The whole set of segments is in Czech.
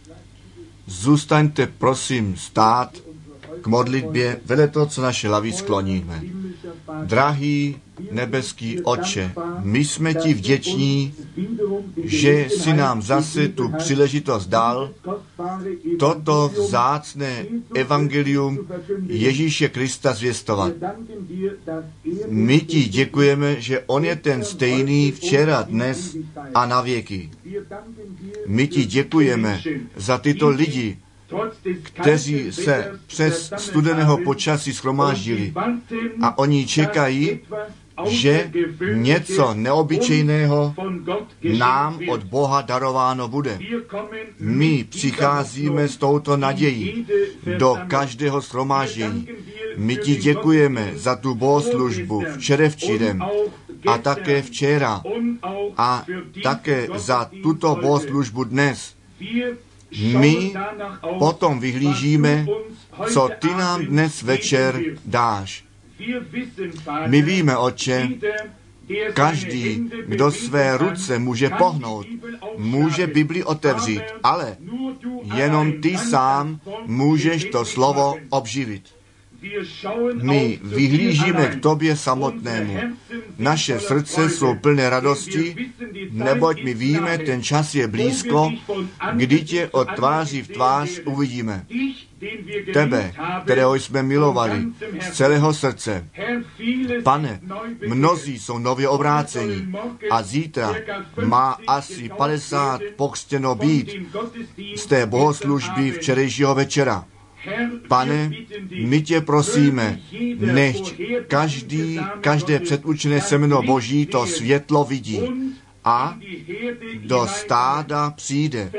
Zůstaňte prosím stát k modlitbě, vedle toho, co naše hlavy skloníme. Drahý nebeský Otče, my jsme ti vděční, že si nám zase tu příležitost dal, toto vzácné evangelium Ježíše Krista zvěstovat. My ti děkujeme, že on je ten stejný včera, dnes a na věky. My ti děkujeme za tyto lidi, kteří se přes studeného počasí shromáždili a oni čekají, že něco neobyčejného nám od Boha darováno bude. My přicházíme s touto nadějí do každého shromáždění. My ti děkujeme za tu bohoslužbu včerevčírem a také včera a také za tuto bohoslužbu dnes. My potom vyhlížíme, co ty nám dnes večer dáš. My víme, Otče, každý, kdo své ruce může pohnout, může Bibli otevřít, ale jenom ty sám můžeš to slovo obživit. My vyhlížíme k tobě samotnému. Naše srdce jsou plné radosti, neboť my víme, ten čas je blízko, kdy tě od tváří v tvář uvidíme. Tebe, kterého jsme milovali z celého srdce. Pane, mnozí jsou nově obráceni a zítra má asi 50 pokřtěno být z té bohoslužby včerejšího večera. Pane, my tě prosíme, nechť každé předurčené semeno Boží to světlo vidí a do stáda přijde.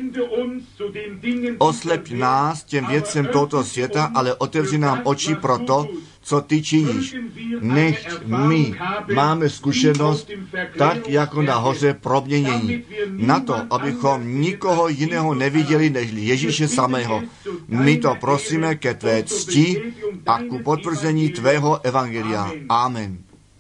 Osleď nás těm věcem tohoto světa, ale otevři nám oči pro to, co ty činíš. Nechť my máme zkušenost tak, jako na hoře proměnění. Na to, abychom nikoho jiného neviděli, než Ježíše samého. My to prosíme ke tvé cti a ku potvrzení tvého evangelia. Amen.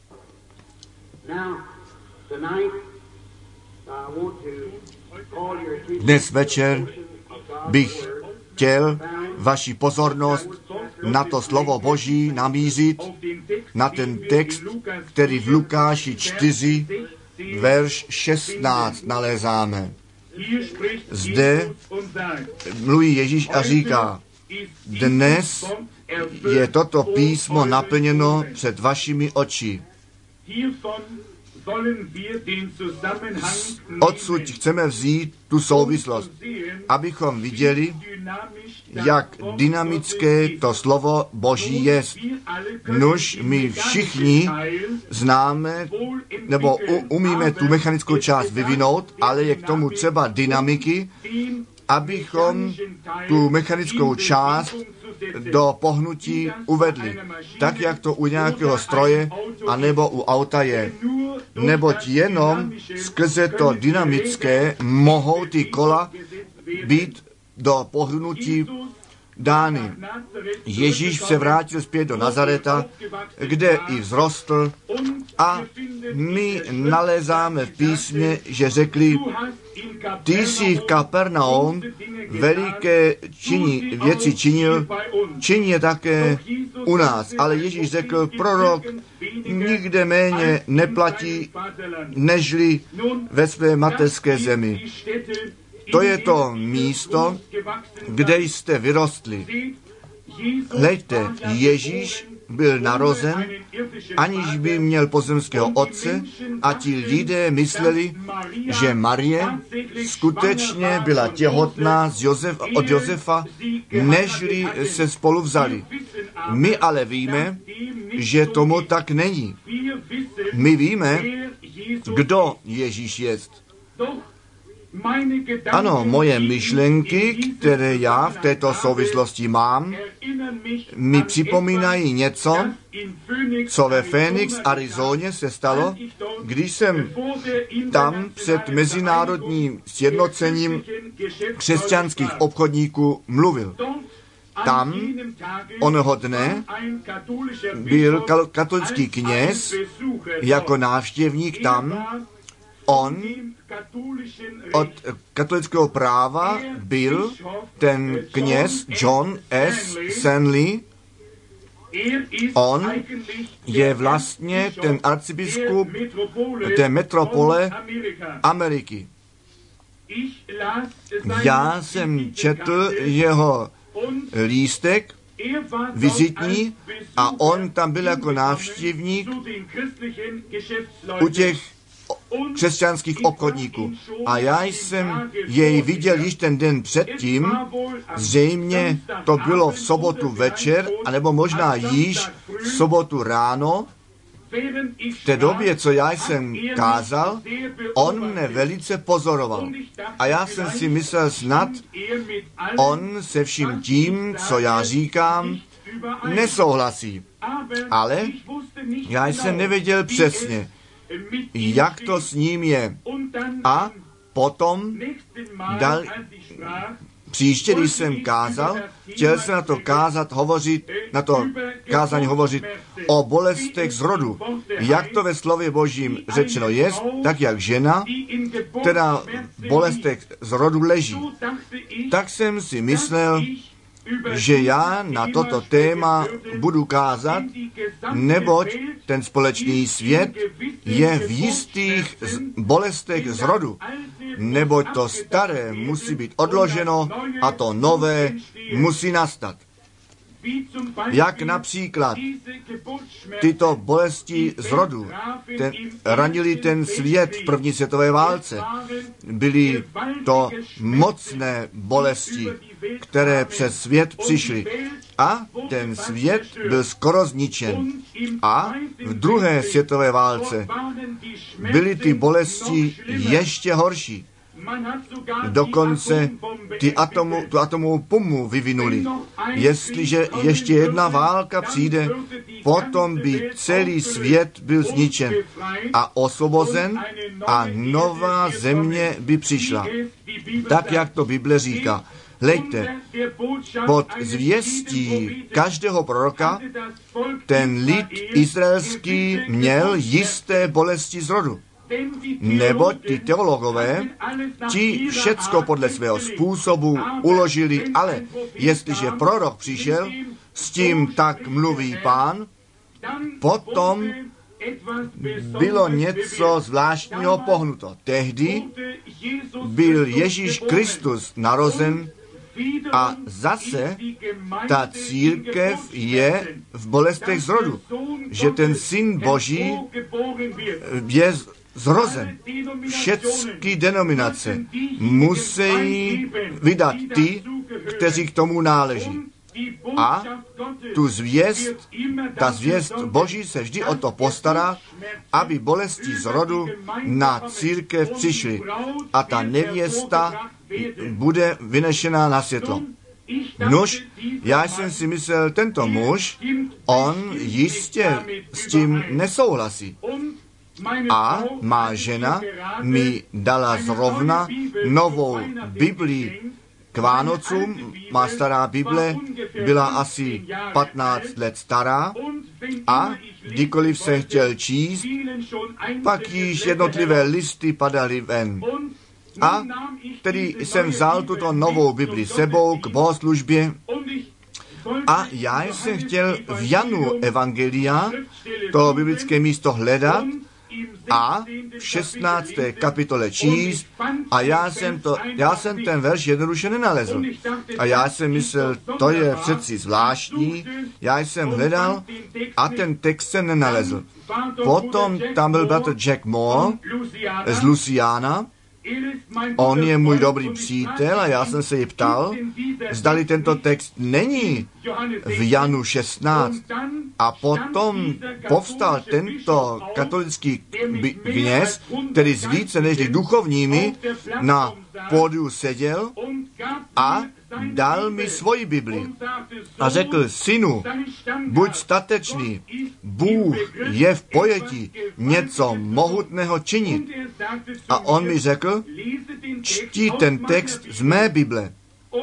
Dnes večer bych chtěl vaši pozornost na to slovo Boží namířit, na ten text, který v Lukáši 4, verš 16 nalézáme. Zde mluví Ježíš a říká, dnes je toto písmo naplněno před vašimi oči. Odsud chceme vzít tu souvislost, abychom viděli, jak dynamické to slovo Boží je. Nuž my všichni známe, nebo umíme tu mechanickou část vyvinout, ale je k tomu třeba dynamiky, abychom tu mechanickou část do pohnutí uvedli, tak jak to u nějakého stroje anebo u auta je. Neboť jenom skrze to dynamické mohou ty kola být do pohnutí dány. Ježíš se vrátil zpět do Nazareta, kde i vzrostl a my nalézáme v písmě, že řekli, ty jsi v Kapernaum veliké věci činil, činí je také u nás. Ale Ježíš řekl, prorok nikde méně neplatí, nežli ve své mateřské zemi. To je to místo, kde jste vyrostli. Hleďte, Ježíš byl narozen, aniž by měl pozemského otce a ti lidé mysleli, že Marie skutečně byla těhotná od Josefa, nežli se spolu vzali. My ale víme, že tomu tak není. My víme, kdo Ježíš je. Ano, moje myšlenky, které já v této souvislosti mám, mi připomínají něco, co ve Phoenix, Arizoně se stalo, když jsem tam před mezinárodním sjednocením křesťanských obchodníků mluvil. Tam onoho dne byl katolický kněz jako návštěvník tam On od katolického práva byl ten kněz John S. Stanley. On je vlastně ten arcibiskup té metropole Ameriky. Já jsem četl jeho lístek vizitní a on tam byl jako návštěvník u těch křesťanských obchodníků. A já jsem jej viděl již ten den předtím, zřejmě to bylo v sobotu večer, anebo možná již v sobotu ráno. V té době, co já jsem kázal, on mne velice pozoroval. A já jsem si myslel snad, on se vším tím, co já říkám, nesouhlasí. Ale já jsem nevěděl přesně, jak to s ním je. A potom příště, když jsem kázal, chtěl jsem na to kázání hovořit o bolestech z rodu. Jak to ve slově Božím řečeno je, tak jak žena, která v bolestech z rodu leží. Tak jsem si myslel, že já na toto téma budu kázat, neboť ten společný svět je v jistých bolestech z rodu, neboť to staré musí být odloženo a to nové musí nastat. Jak například tyto bolesti z rodu ranili ten svět v první světové válce. Byly to mocné bolesti, které přes svět přišly. A ten svět byl skoro zničen. A v druhé světové válce byly ty bolesti ještě horší. Dokonce tu atomovou bombu vyvinuli. Jestliže ještě jedna válka přijde, potom by celý svět byl zničen a osvobozen a nová země by přišla. Tak, jak to Bible říká. Hleďte, pod zvěstí každého proroka ten lid izraelský měl jisté bolesti z rodu. Neboť ty teologové, ti všecko podle svého způsobu uložili, ale jestliže prorok přišel, s tím tak mluví Pán, potom bylo něco zvláštního pohnuto. Tehdy byl Ježíš Kristus narozen a zase ta církev je v bolestech z rodu, že ten Syn Boží je zrozen. Všechny denominace musí vydat ty, kteří k tomu náleží. A ta zvěst Boží se vždy o to postará, aby bolesti z rodu na církev přišly. A ta nevěsta bude vynešená na světlo. Nuž, já jsem si myslel, tento muž, on jistě s tím nesouhlasí. A má žena mi dala zrovna novou Biblii k Vánocům. Má stará Bible byla asi 15 let stará a kdykoliv se chtěl číst, pak již jednotlivé listy padaly ven. A tedy jsem vzal tuto novou Bibli sebou k bohoslužbě a já jsem chtěl v Janu Evangelia to biblické místo hledat a v 16. kapitole číst a já jsem ten verš jednoduše nenalezl. A já jsem myslel, to je přeci zvláštní, já jsem hledal a ten text jsem nenalezl. Potom tam byl bratr Jack Moore z Louisiana, on je můj dobrý přítel a já jsem se ji ptal, zdali tento text není v Janu 16. A potom povstal tento katolický kněz, který s více než duchovními na pódiu seděl a dal mi svoji Bibli a řekl, synu, buď statečný, Bůh je v pojetí něco mohutného činit. A on mi řekl, čti ten text z mé Bible.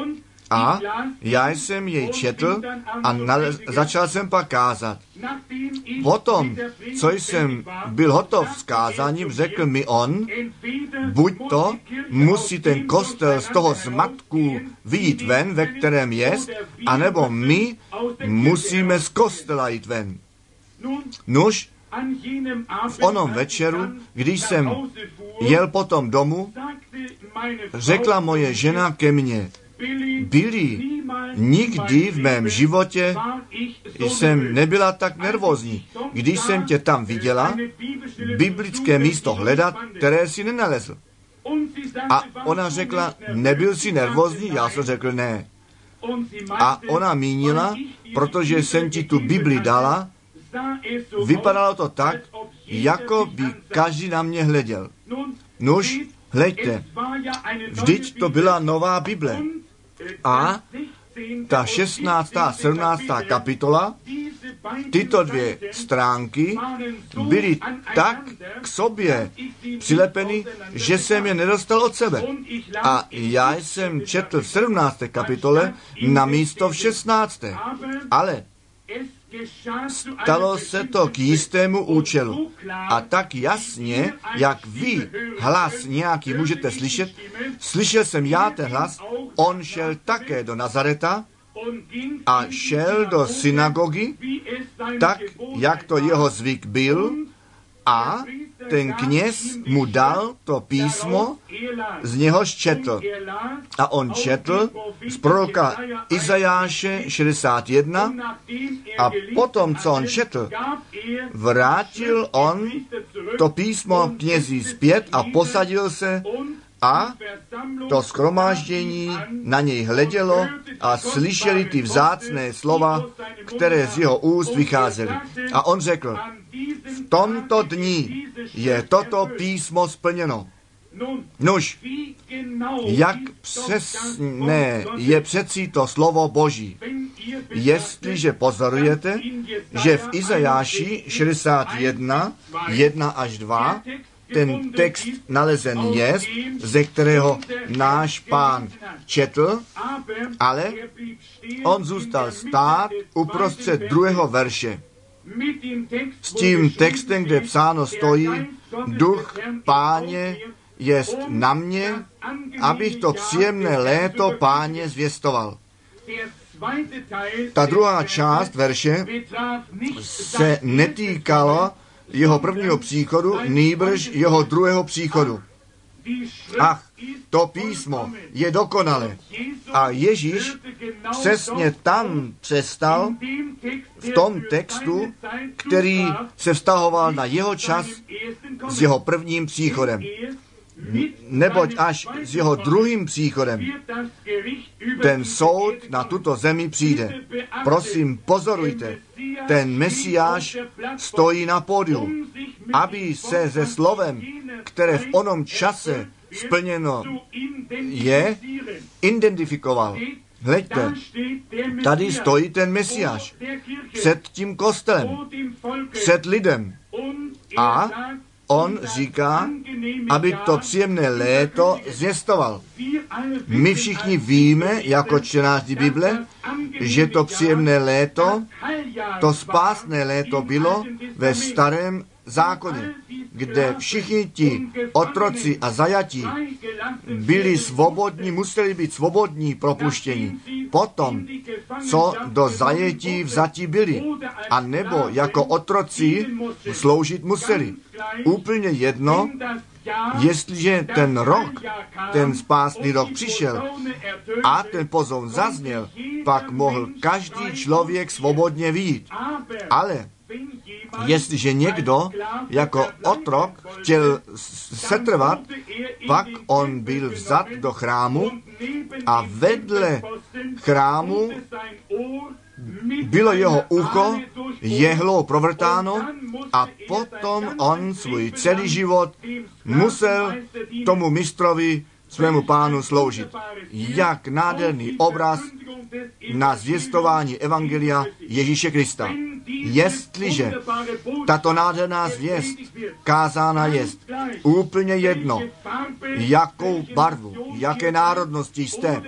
A já jsem jej četl a začal jsem pak kázat. Potom, co jsem byl hotov s kázáním, řekl mi on, buď to musí ten kostel z toho zmatku vyjít ven, ve kterém jest, anebo my musíme z kostela jít ven. Nuž, v onom večeru, když jsem jel potom domů, řekla moje žena ke mně, Billy, nikdy v mém životě jsem nebyla tak nervózní, když jsem tě tam viděla, biblické místo hledat, které si nenalezl. A ona řekla, nebyl jsi nervózní? Já jsem řekl, ne. A ona mínila, protože jsem ti tu Bibli dala, vypadalo to tak, jako by každý na mě hleděl. Nuž, hleďte, vždyť to byla nová Bible. A ta 16. a 17. kapitola, tyto dvě stránky byly tak k sobě přilepeny, že jsem je nedostal od sebe. A já jsem četl v 17. kapitole na místo v 16. Ale stalo se to k jistému účelu. A tak jasně, jak vy hlas nějaký můžete slyšet, slyšel jsem já ten hlas, on šel také do Nazareta a šel do synagogy, tak, jak to jeho zvyk byl, a ten kněz mu dal to písmo, z něhož četl. A on četl z proroka Izajáše 61 a potom, co on četl, vrátil on to písmo knězi zpět a posadil se a to shromáždění na něj hledělo a slyšeli ty vzácné slova, které z jeho úst vycházely. A on řekl, v tomto dni je toto písmo splněno. Nuž, jak přesné je přeci to slovo Boží. Jestliže pozorujete, že v Izajáši 61, 1 až 2, ten text nalezen je, ze kterého náš Pán četl, ale on zůstal stát uprostřed druhého verše. S tím textem, kde psáno stojí, duch Páně jest na mě, abych to příjemné léto Páně zvěstoval. Ta druhá část verše se netýkala jeho prvního příchodu, nýbrž jeho druhého příchodu. Ach, to písmo je dokonalé. A Ježíš přesně tam přestal, v tom textu, který se vztahoval na jeho čas s jeho prvním příchodem. Neboť až s jeho druhým příchodem ten soud na tuto zemi přijde. Prosím, pozorujte, ten Mesiáš stojí na pódiu, aby se se slovem, které v onom čase splněno je, identifikoval. Hleďte, tady stojí ten Mesiáš před tím kostelem, před lidem. A on říká, aby to příjemné léto zvěstoval. My všichni víme, jako čtenáři Bible, že to příjemné léto, to spásné léto bylo ve starém zákoně, kde všichni ti otroci a zajatí byli svobodní, museli být svobodní, propuštění. Potom, co do zajetí vzati byli, a nebo jako otroci sloužit museli. Úplně jedno, jestliže ten rok, ten spásný rok přišel a ten pozov zazněl, pak mohl každý člověk svobodně vyjít. Ale jestliže někdo jako otrok chtěl setrvat, pak on byl vzat do chrámu a vedle chrámu bylo jeho ucho jehlou provrtáno a potom on svůj celý život musel tomu mistrovi, svému Pánu sloužit. Jak nádherný obraz na zvěstování evangelia Ježíše Krista. Jestliže tato nádherná zvěst kázána jest, úplně jedno, jakou barvu, jaké národnosti jste,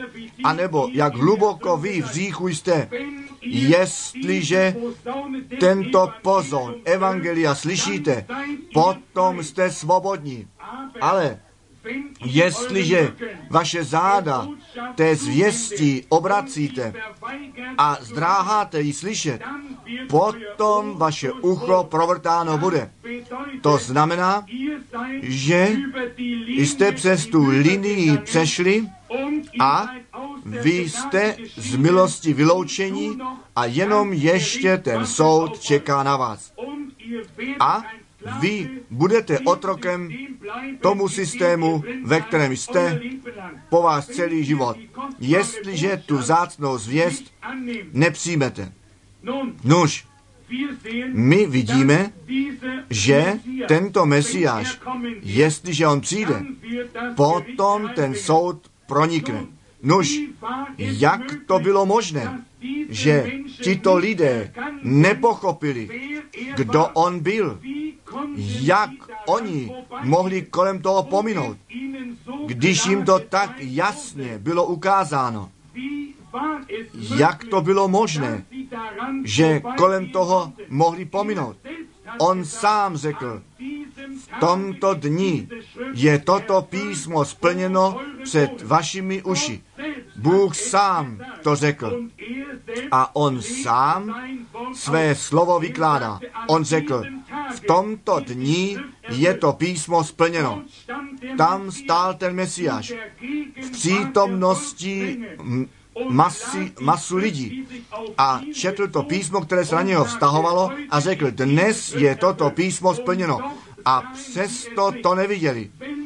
anebo jak hluboko vy v hříchu jste, jestliže tento pozon evangelia slyšíte, potom jste svobodní. Ale jestliže vaše záda té zvěstí obracíte a zdráháte ji slyšet, potom vaše ucho provrtáno bude. To znamená, že jste přes tu linii přešli a vy jste z milosti vyloučení a jenom ještě ten soud čeká na vás. A vy budete otrokem tomu systému, ve kterém jste po vás celý život, jestliže tu vzácnou zvěst nepřijmete. Nuž, my vidíme, že tento Mesiáš, jestliže on přijde, potom ten soud pronikne. Nuž, jak to bylo možné, že tito lidé nepochopili, kdo on byl, jak oni mohli kolem toho pominout, když jim to tak jasně bylo ukázáno. Jak to bylo možné, že kolem toho mohli pominout. On sám řekl, v tomto dni je toto písmo splněno před vašimi uši. Bůh sám to řekl. A on sám své slovo vykládá. On řekl, v tomto dni je to písmo splněno. Tam stál ten Mesiáš v přítomnosti masu lidí a četl to písmo, které se na něho vztahovalo a řekl, dnes je toto písmo splněno. A přesto to neviděli.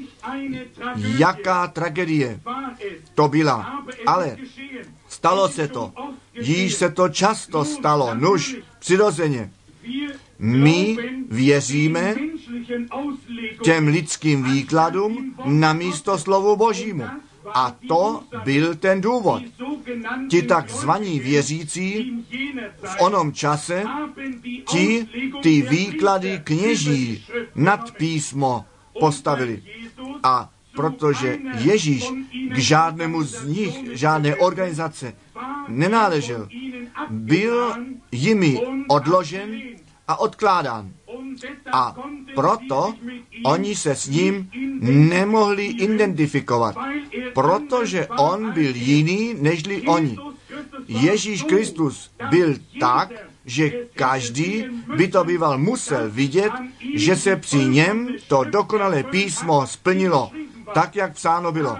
Jaká tragédie to byla. Ale stalo se to. Již se to často stalo. Nuž, přirozeně. My věříme těm lidským výkladům namísto slovu Božímu. A to byl ten důvod. Ti takzvaní věřící v onom čase, ty výklady kněží nad písmo postavili. A protože Ježíš k žádnému z nich, žádné organizace nenáležel, byl jimi odložen a odkládán. A proto oni se s ním nemohli identifikovat, protože on byl jiný nežli oni. Ježíš Kristus byl tak, že každý by to býval musel vidět, že se při něm to dokonalé písmo splnilo, tak, jak psáno bylo.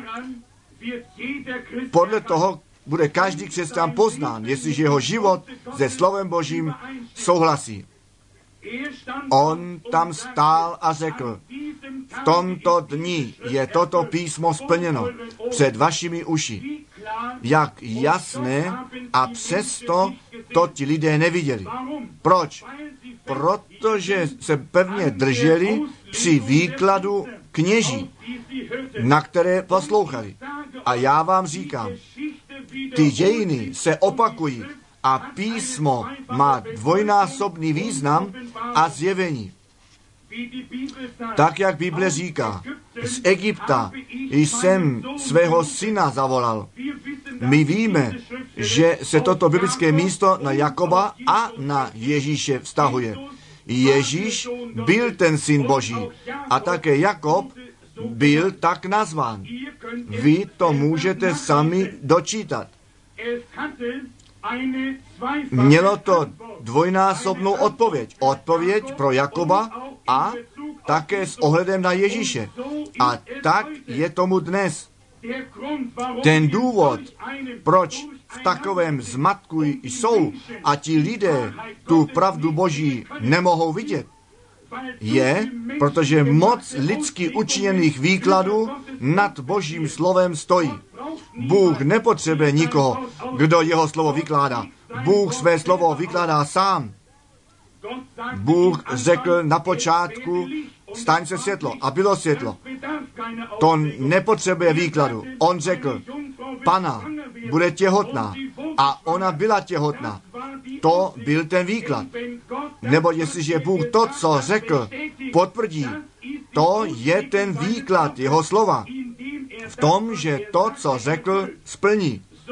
Podle toho bude každý křesťan poznán, jestliže jeho život se slovem Božím souhlasí. On tam stál a řekl, v tomto dni je toto písmo splněno před vašimi uši. Jak jasné, a přesto to ti lidé neviděli. Proč? Protože se pevně drželi při výkladu kněží, na které poslouchali. A já vám říkám, ty dějiny se opakují a písmo má dvojnásobný význam a zjevení. Tak, jak Bible říká, z Egypta jsem svého syna zavolal. My víme, že se toto biblické místo na Jakoba a na Ježíše vztahuje. Ježíš byl ten syn Boží a také Jakob byl tak nazván. Vy to můžete sami dočítat. Mělo to dvojnásobnou odpověď. Odpověď pro Jakoba a také s ohledem na Ježíše. A tak je tomu dnes. Ten důvod, proč v takovém zmatku jsou a ti lidé tu pravdu Boží nemohou vidět, je, protože moc lidsky učiněných výkladů nad Božím slovem stojí. Bůh nepotřebuje nikoho, kdo jeho slovo vykládá. Bůh své slovo vykládá sám. Bůh řekl na počátku, staň se světlo, a bylo světlo. To nepotřebuje výkladu. On řekl, Pana bude těhotná, a ona byla těhotná. To byl ten výklad. Nebo jestliže Bůh to, co řekl, potvrdí, to je ten výklad jeho slova. V tom, že to, co řekl, splní.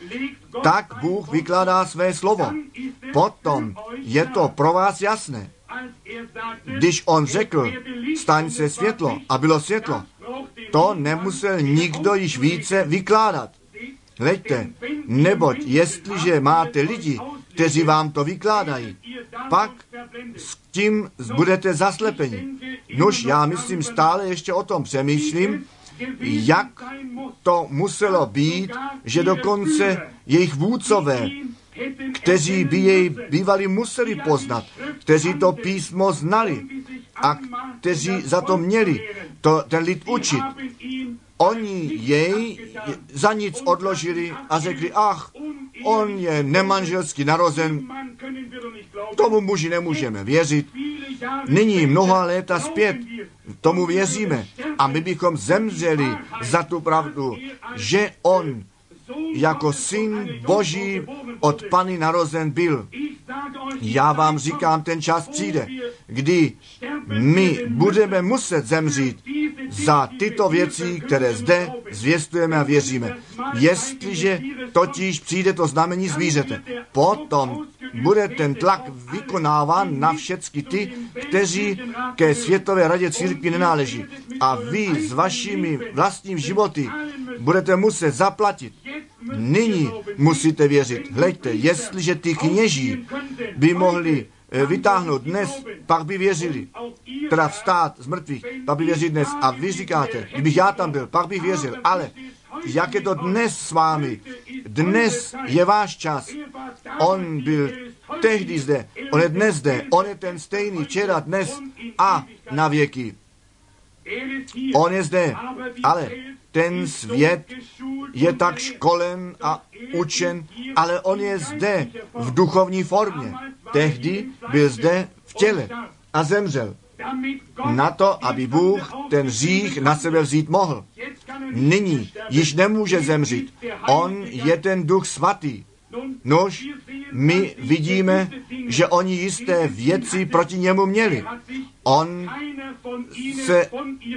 Tak Bůh vykládá své slovo. Potom je to pro vás jasné. Když on řekl, staň se světlo a bylo světlo, to nemusel nikdo již více vykládat. Hleďte, neboť jestliže máte lidi, kteří vám to vykládají, pak s tím budete zaslepeni. Nož, já myslím, stále ještě o tom přemýšlím, jak to muselo být, že dokonce jejich vůdcové, kteří by jej bývali museli poznat, kteří to písmo znali a kteří za to měli ten lid učit, oni jej za nic odložili a řekli, ach, on je nemanželsky narozen, tomu muži nemůžeme věřit. Nyní mnoha léta zpět tomu věříme a my bychom zemřeli za tu pravdu, že on jako syn Boží od Panny narozen byl. Já vám říkám, ten čas přijde, kdy my budeme muset zemřít za tyto věci, které zde zvěstujeme a věříme. Jestliže totiž přijde to znamení zvířete, potom bude ten tlak vykonáván na všechny ty, kteří ke Světové radě církví nenáleží. A vy s vašimi vlastními životy budete muset zaplatit. Nyní musíte věřit. Hleďte, jestliže ty kněží by mohli vytáhnout dnes, pak by věřili. Teda vstát z mrtvých, pak by věřili dnes. A vy říkáte, kdybych já tam byl, pak bych věřil. Ale jak je to dnes s vámi? Dnes je váš čas. On byl tehdy zde, on je dnes zde, on je ten stejný včera, dnes a na věky. On je zde, ale ten svět je tak školen a učen, ale on je zde v duchovní formě. Tehdy byl zde v těle a zemřel. Na to, aby Bůh ten hřích na sebe vzít mohl. Nyní již nemůže zemřít. On je ten Duch Svatý. Nož, my vidíme, že oni jisté věci proti němu měli. On se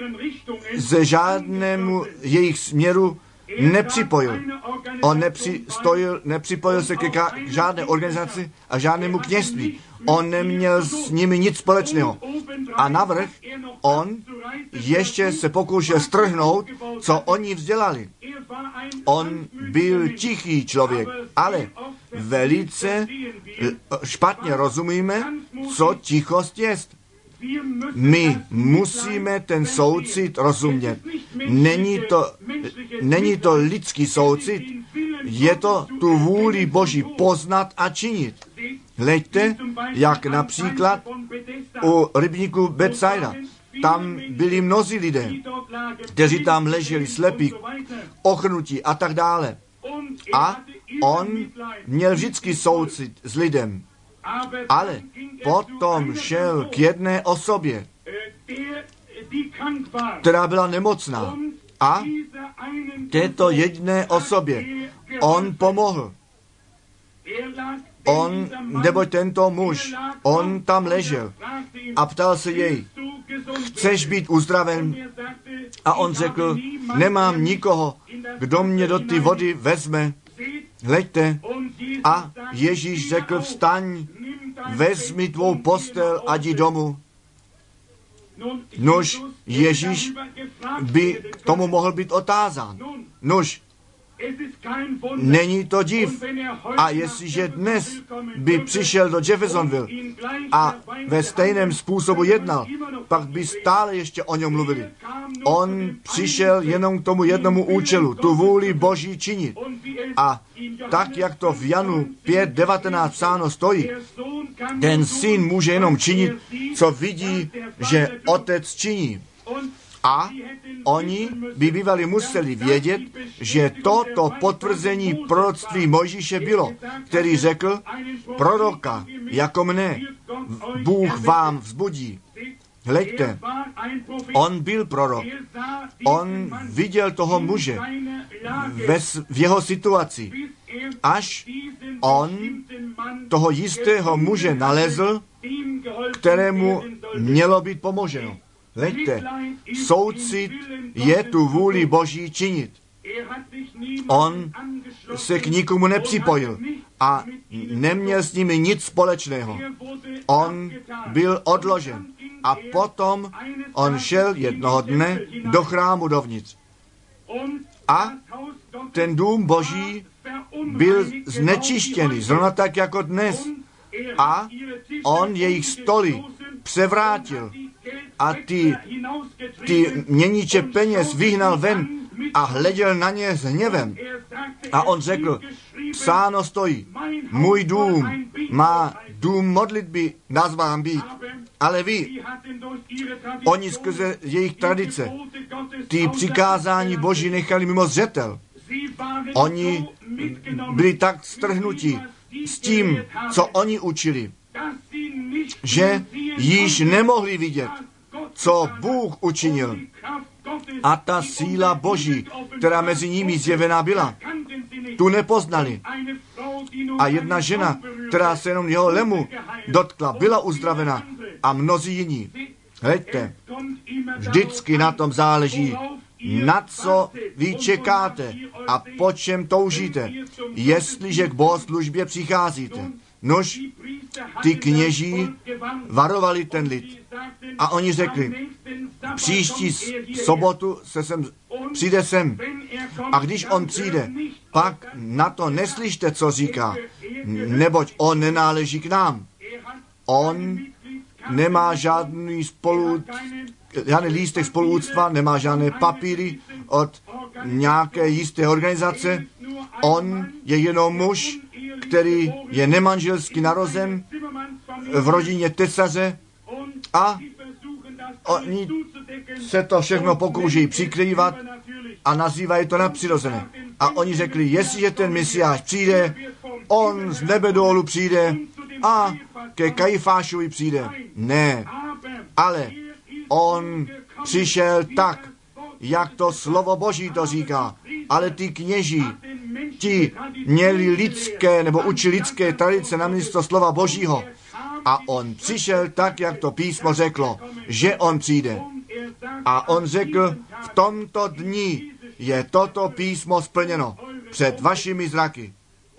ze žádnému jejich směru nepřipojil. On nepřipojil se k žádné organizaci a žádnému kněžství. On neměl s nimi nic společného. A navrch on ještě se pokoušel strhnout, co oni vzdělali. On byl tichý člověk, ale velice špatně rozumíme, co tichost jest. My musíme ten soucit rozumět. Není to lidský soucit, je to tu vůli Boží poznat a činit. Hleďte, jak například u rybníku Betsaida. Tam byli mnozí lidé, kteří tam leželi slepí, ochrnutí a tak dále. A on měl vždycky soucit s lidem. Ale potom šel k jedné osobě, která byla nemocná. A této jedné osobě on pomohl. Nebo tento muž, on tam ležel a ptal se jej, chceš být uzdraven? A on řekl, nemám nikoho, kdo mě do ty vody vezme. Hleďte. A Ježíš řekl, vstaň, vezmi tvou postel a jdi domů. Nož, Ježíš by k tomu mohl být otázán. Nož, není to div. A jestliže dnes by přišel do Jeffersonville a ve stejném způsobu jednal, pak by stále ještě o něm mluvili. On přišel jenom k tomu jednomu účelu, tu vůli Boží činit. A tak, jak to v Janu 5:19 psáno stojí, ten syn může jenom činit, co vidí, že otec činí. A oni by bývali museli vědět, že toto potvrzení proroctví Mojžíše bylo, který řekl, proroka jako mne Bůh vám vzbudí. Hleďte, on byl prorok. On viděl toho muže v jeho situaci, až on toho jistého muže nalezl, kterému mělo být pomoženo. Hleďte, soucit je tu vůli Boží činit. On se k nikomu nepřipojil a neměl s nimi nic společného. On byl odložen a potom on šel jednoho dne do chrámu dovnitř. A ten dům Boží byl znečištěný, zrovna tak jako dnes. A on jejich stoly převrátil a ty měniče peněz vyhnal ven a hleděl na ně s hněvem. A on řekl, psáno stojí, můj dům má dům modlitby nazván být. Ale vy, oni skrze jejich tradice, ty přikázání Boží nechali mimo zřetel. Oni byli tak strhnutí s tím, co oni učili, že již nemohli vidět, co Bůh učinil. A ta síla Boží, která mezi nimi zjevená byla, tu nepoznali. A jedna žena, která se jenom jeho lemu dotkla, byla uzdravena a mnozí jiní. Hleďte, vždycky na tom záleží, na co vy čekáte a po čem toužíte, jestliže k bohoslužbě přicházíte. Nož, ty kněží varovali ten lid a oni řekli, příští sobotu přijde sem. A když on přijde, pak na to neslyšte, co říká, neboť on nenáleží k nám. On nemá žádný lístek spoluúctva, nemá žádné papíry od nějaké jisté organizace. On je jenom muž, který je nemanželsky narozen v rodině tesaře a oni se to všechno pokouší přikrývat a nazývají to nadpřirozené. A oni řekli, jestliže ten Mesiáš přijde, on z nebe dolů přijde a ke Kajfášovi přijde. Ne, ale on přišel tak, jak to slovo Boží to říká. Ale ty kněží, ti měli lidské nebo učili lidské tradice na místo slova Božího. A on přišel tak, jak to písmo řeklo, že on přijde. A on řekl, v tomto dni je toto písmo splněno před vašimi zraky.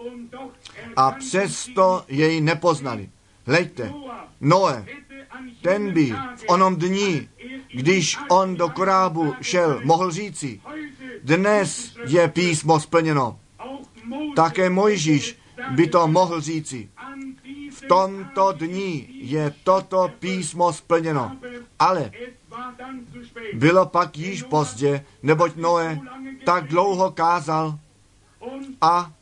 A přesto jej nepoznali. Hleďte, Noé, ten by v onom dni, když on do korábu šel, mohl říci, dnes je písmo splněno. Také Mojžíš by to mohl říci. V tomto dni je toto písmo splněno. Ale bylo pak již pozdě, neboť Noé tak dlouho kázal a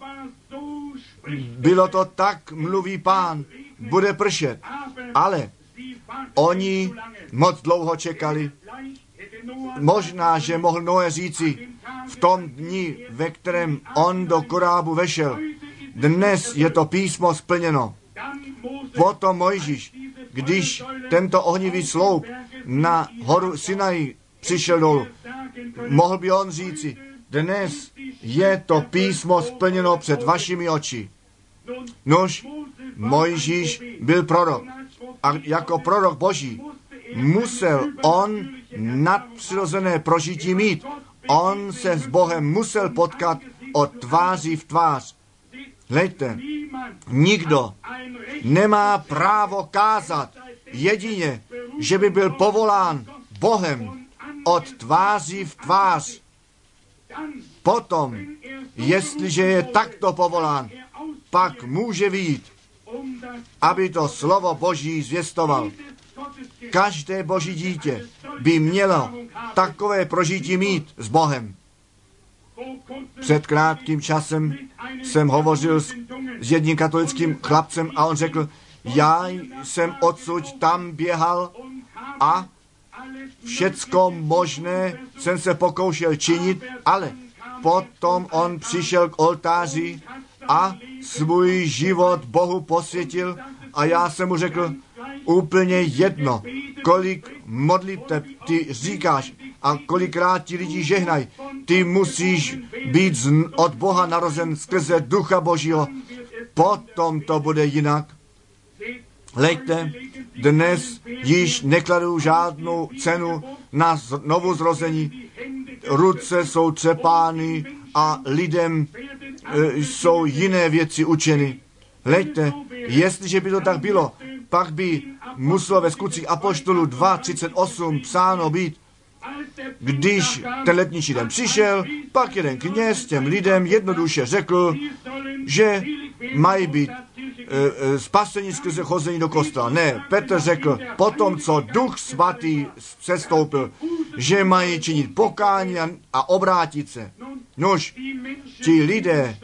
bylo to tak, mluví Pán, bude pršet. Ale oni moc dlouho čekali. Možná, že mohl Noé říci, v tom dni, ve kterém on do korábu vešel, dnes je to písmo splněno. Potom Mojžíš, když tento ohnivý sloup na horu Sinai přišel dolů, mohl by on říci, dnes je to písmo splněno před vašimi oči. Nož, Mojžíš byl prorok a jako prorok Boží musel on nadpřirozené prožití mít. On se s Bohem musel potkat od tváří v tvář. Hleďte, nikdo nemá právo kázat jedině, že by byl povolán Bohem od tváří v tvář. Potom, jestliže je takto povolán, pak může vyjít, aby to slovo Boží zvěstoval. Každé Boží dítě by mělo takové prožití mít s Bohem. Před krátkým časem jsem hovořil s jedním katolickým chlapcem a on řekl, já jsem odsud tam běhal a všecko možné jsem se pokoušel činit, ale potom on přišel k oltáři a svůj život Bohu posvětil a já jsem mu řekl, úplně jedno, kolik modliteb ty říkáš a kolikrát ti lidi žehnají. Ty musíš být od Boha narozen skrze Ducha Božího. Potom to bude jinak. Hleďte, dnes již nekladu žádnou cenu na znovu zrození. Ruce jsou třepány a lidem jsou jiné věci učeny. Hleďte, jestliže by to tak bylo, pak by muselo ve Skutcích apoštolů 2:38 psáno být, když ten letniční den přišel, pak jeden kněz těm lidem jednoduše řekl, že mají být spasení skrze chození do kostela. Ne, Petr řekl, potom, co Duch Svatý sestoupil, že mají činit pokání a obrátit se. Nož, ti lidé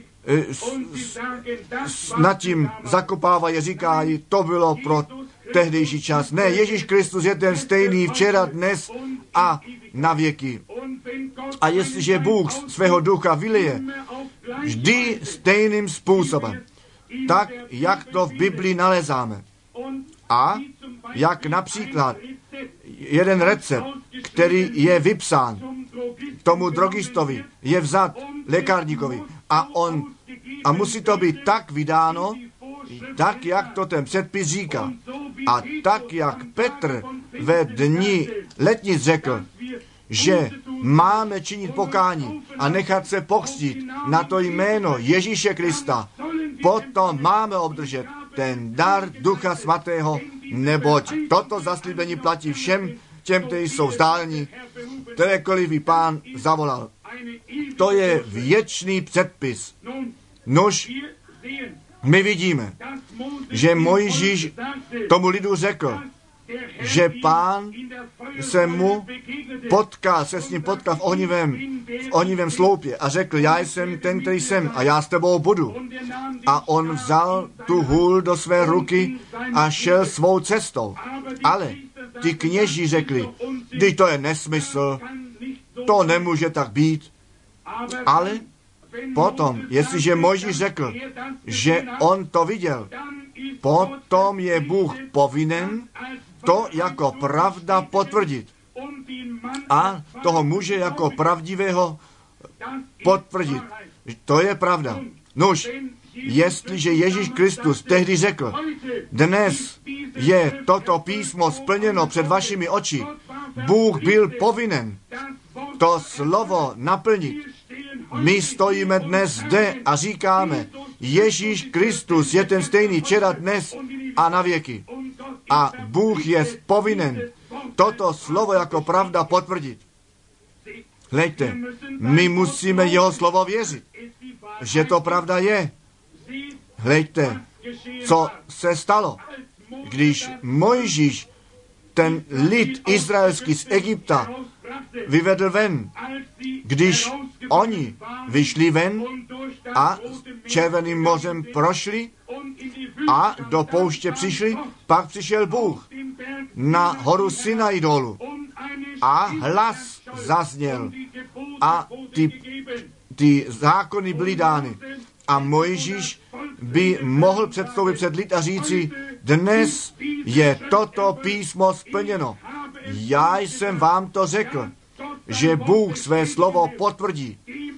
nad tím zakopávají, říkají, to bylo pro tehdejší čas. Ne, Ježíš Kristus je ten stejný včera, dnes a na věky. A jestliže Bůh svého ducha vylije vždy stejným způsobem, tak, jak to v Biblii nalezáme. A jak například jeden recept, který je vypsán tomu drogistovi, je vzat lékárníkovi a musí to být tak vydáno, tak, jak to ten předpis říká. A tak, jak Petr ve dni letnic řekl, že máme činit pokání a nechat se pokřtít na to jméno Ježíše Krista, potom máme obdržet ten dar Ducha Svatého, neboť toto zaslíbení platí všem těm, kteří jsou vzdálení, kterékoliv by Pán zavolal. To je věčný předpis. Nož, my vidíme, že Mojžíš tomu lidu řekl, že Pán se s ním potkal v ohnivém sloupě a řekl, já jsem ten, který jsem a já s tebou budu. A on vzal tu hůl do své ruky a šel svou cestou. Ale ty kněží řekli, když to je nesmysl, to nemůže tak být. Ale potom, jestliže Mojžíš řekl, že on to viděl, potom je Bůh povinen to jako pravda potvrdit. A toho muže jako pravdivého potvrdit. To je pravda. Nož, jestliže Ježíš Kristus tehdy řekl, dnes je toto písmo splněno před vašimi oči, Bůh byl povinen to slovo naplnit. My stojíme dnes zde a říkáme, Ježíš Kristus je ten stejný včera, dnes a na věky. A Bůh je povinen toto slovo jako pravda potvrdit. Hleďte, my musíme jeho slovo věřit, že to pravda je. Hleďte, co se stalo, když Mojžíš ten lid izraelský z Egypta vyvedl ven, když oni vyšli ven a Červeným mořem prošli a do pouště přišli, pak přišel Bůh na horu Sinaj dolů a hlas zazněl a ty zákony byly dány. A Mojžíš by mohl předstoupit před lid a říci, dnes je toto písmo splněno. Já jsem vám to řekl, že Bůh své slovo potvrdí,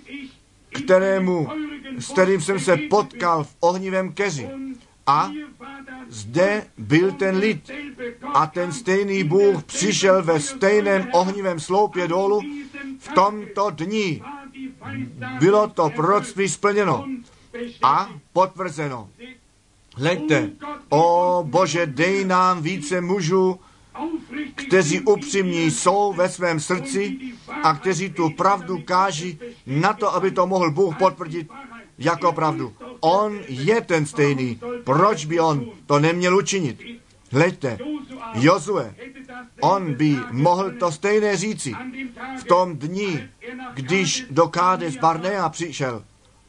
s kterým jsem se potkal v ohnivém keři. A zde byl ten lid a ten stejný Bůh přišel ve stejném ohnivém sloupě dolů v tomto dni. Bylo to proroctví splněno a potvrzeno. Hleďte, o Bože, dej nám více mužů, kteří upřímní jsou ve svém srdci a kteří tu pravdu káží na to, aby to mohl Bůh potvrdit jako pravdu. On je ten stejný. Proč by on to neměl učinit? Hleďte, Jozue, on by mohl to stejné říci v tom dni, když do Kádes Barnea přišel.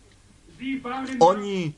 Oni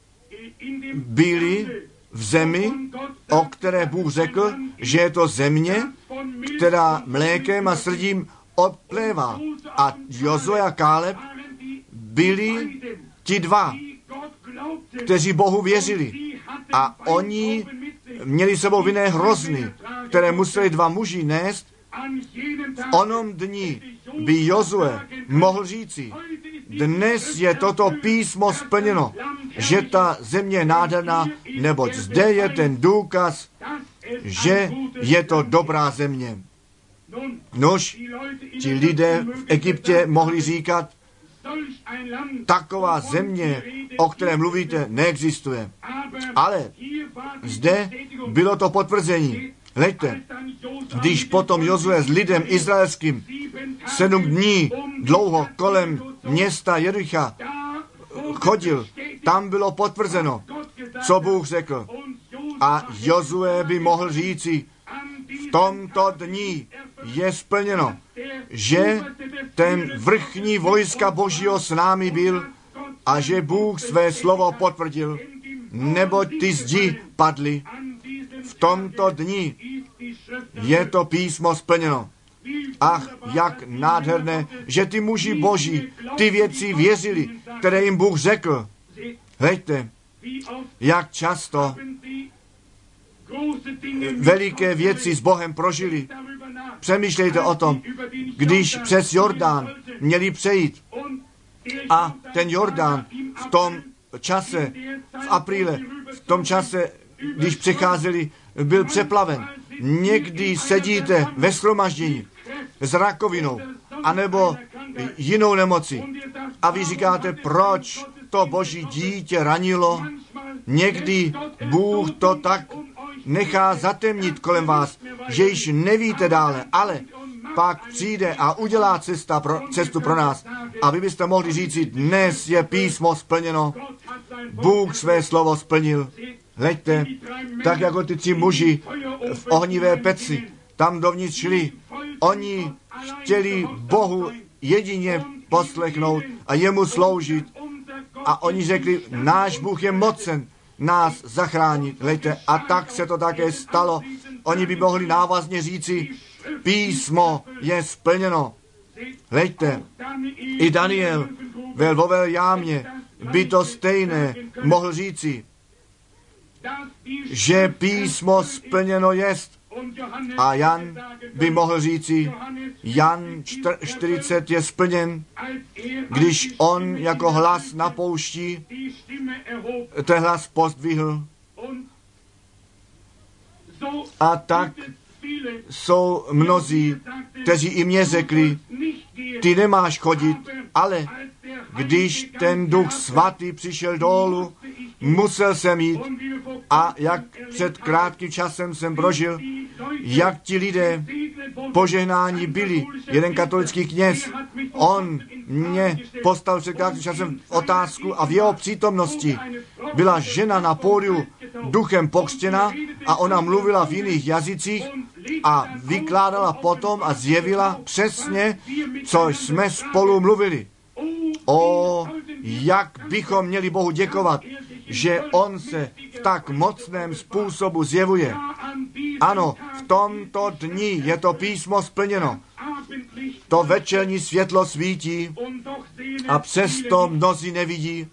byli v zemi, o které Bůh řekl, že je to země, která mlékem a srdím odplévá. A Jozue a Káleb byli ti dva, kteří Bohu věřili. A oni měli sebou vinné hrozny, které museli dva muži nést. V onom dni by Jozue mohl říci, dnes je toto písmo splněno, že ta země je nádherná, neboť zde je ten důkaz, že je to dobrá země. Nož, ti lidé v Egyptě mohli říkat, taková země, o které mluvíte, neexistuje. Ale zde bylo to potvrzení. Hleďte, když potom Jozue s lidem izraelským 7 dní dlouho kolem města Jericha chodil, tam bylo potvrzeno, co Bůh řekl. A Jozue by mohl říci, v tomto dni je splněno, že ten vrchní vojska Božího s námi byl a že Bůh své slovo potvrdil, neboť ty zdi padly. V tomto dni je to písmo splněno. Ach, jak nádherné, že ty muži Boží ty věci věřili, které jim Bůh řekl. Hleďte, jak často veliké věci s Bohem prožili. Přemýšlejte o tom, když přes Jordán měli přejít a ten Jordán v tom čase, v apríle, v tom čase, když přecházeli, byl přeplaven. Někdy sedíte ve shromaždění s rakovinou anebo jinou nemocí a vy říkáte, proč to Boží dítě ranilo. Někdy Bůh to tak nechá zatemnit kolem vás, že již nevíte dále, ale pak přijde a udělá cestu pro nás. A vy byste mohli říci, dnes je písmo splněno, Bůh své slovo splnil. Hleďte, tak jako ty 3 muži v ohnivé peci tam dovnitř šli, oni chtěli Bohu jedině poslechnout a jemu sloužit. A oni řekli, náš Bůh je mocen nás zachránit. Hleďte, a tak se to také stalo. Oni by mohli návazně říci, písmo je splněno. Hleďte, i Daniel ve lvové jámě by to stejné mohl říci, že písmo splněno jest. A Jan by mohl říci, Jan 40 je splněn, když on jako hlas na poušti ten hlas pozdvihl. A tak jsou mnozí, kteří i mě řekli, ty nemáš chodit, ale když ten Duch Svatý přišel dolů, musel jsem jít. A jak před krátkým časem jsem prožil, jak ti lidé požehnáni byli. Jeden katolický kněz, on mě postavil před krátkým časem otázku a v jeho přítomnosti byla žena na pódiu duchem pokřtěna a ona mluvila v jiných jazycích a vykládala potom a zjevila přesně, co jsme spolu mluvili. O, jak bychom měli Bohu děkovat, že on se v tak mocném způsobu zjevuje. Ano, v tomto dni je to písmo splněno. To večerní světlo svítí a přesto mnozí nevidí.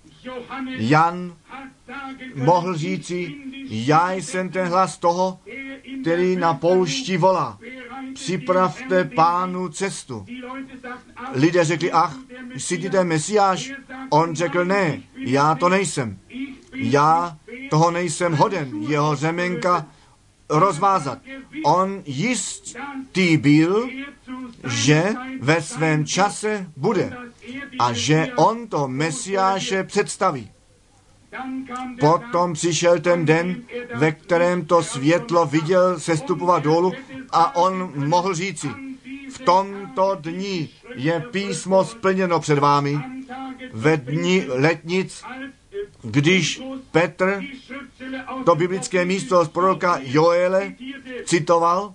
Jan mohl říci, já jsem ten hlas toho, který na poušti volá. Připravte Pánu cestu. Lidé řekli, ach, jsi ty ten Mesiáš? On řekl, ne, já to nejsem. Já toho nejsem hoden, jeho řemenka rozvázat. On jistý byl, že ve svém čase bude a že on to Mesiáše představí. Potom přišel ten den, ve kterém to světlo viděl sestupovat dolů a on mohl říci, v tomto dni je písmo splněno před vámi. Ve dni letnic, když Petr to biblické místo z proroka Joele citoval,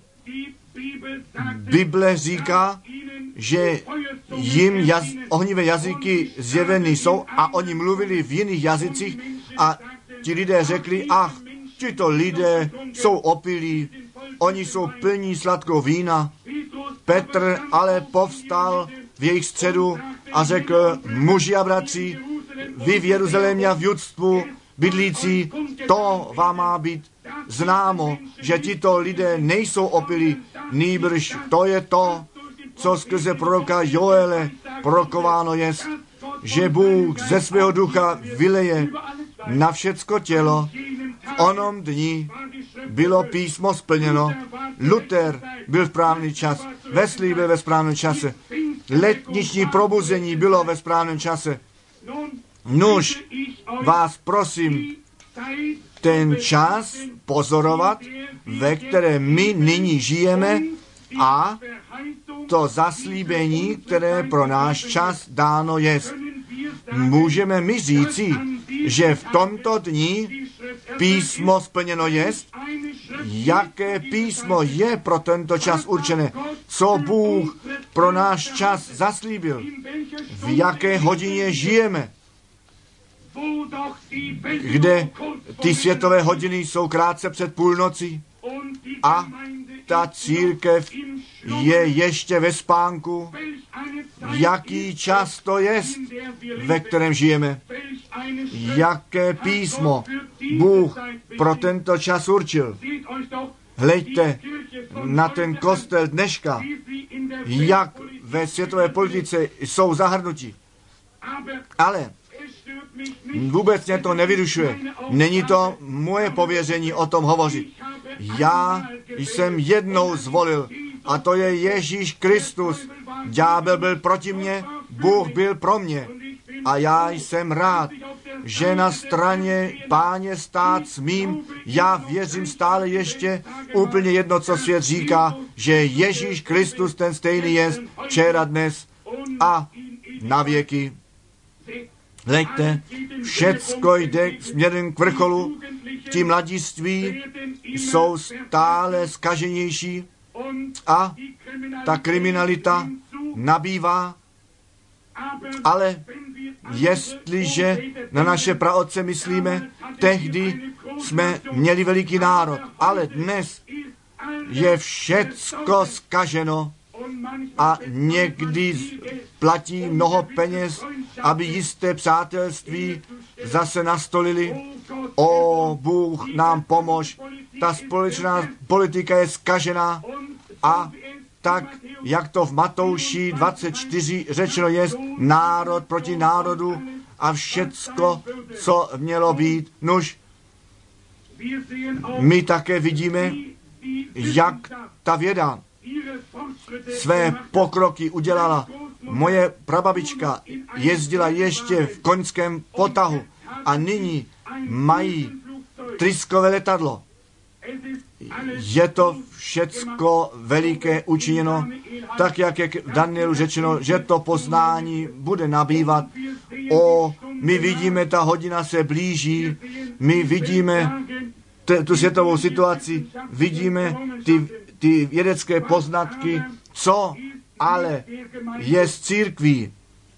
Bible říká, že jim ohnivé jazyky zjeveny jsou a oni mluvili v jiných jazycích a ti lidé řekli, ach, tito lidé jsou opilí, oni jsou plní sladkou vína. Petr ale povstal v jejich středu a řekl, muži a bratři, vy v Jeruzalémě a v Judstvu bydlící, to vám má být známo, že tito lidé nejsou opilí, nýbrž to je to, co skrze proroka Joele prorokováno jest, že Bůh ze svého ducha vyleje na všecko tělo. V onom dni bylo písmo splněno. Luther byl v správný čas, Wesley byl ve správném čase, letniční probuzení bylo ve správném čase. Nuž, vás prosím, ten čas pozorovat, ve kterém my nyní žijeme, a to zaslíbení, které pro náš čas dáno je. Můžeme my říci, že v tomto dni písmo splněno je? Jaké písmo je pro tento čas určené? Co Bůh pro náš čas zaslíbil? V jaké hodině žijeme? Kde ty světové hodiny jsou krátce před půlnocí a ta církev je ještě ve spánku. Jaký čas to je, ve kterém žijeme? Jaké písmo Bůh pro tento čas určil? Hleďte na ten kostel dneška, jak ve světové politice jsou zahrnuti. Ale vůbec mě to nevyrušuje. Není to moje pověření o tom hovořit. Já jsem jednou zvolil, a to je Ježíš Kristus. Ďábel byl proti mně, Bůh byl pro mě. A já jsem rád, že na straně Páně stát smím. Já věřím stále ještě úplně jedno, co svět říká, že Ježíš Kristus ten stejný je včera, dnes a na věky. Hleďte, všecko jde směrem k vrcholu, ti mladiství jsou stále zkaženější a ta kriminalita nabývá, ale jestliže na naše praotce myslíme, tehdy jsme měli veliký národ, ale dnes je všecko zkaženo a někdy platí mnoho peněz, aby jisté přátelství zase nastolili. O, Bůh nám pomož. Ta společná politika je zkažená a tak, jak to v Matouši 24 řečeno je, národ proti národu a všecko, co mělo být. Nuž, my také vidíme, jak ta věda své pokroky udělala. Moje prababička jezdila ještě v koňském potahu a nyní mají tryskové letadlo. Je to všecko veliké učiněno, tak jak je v Danielu řečeno, že to poznání bude nabývat. My vidíme, ta hodina se blíží, my vidíme tu světovou situaci, vidíme ty vědecké poznatky, co ale je z církví.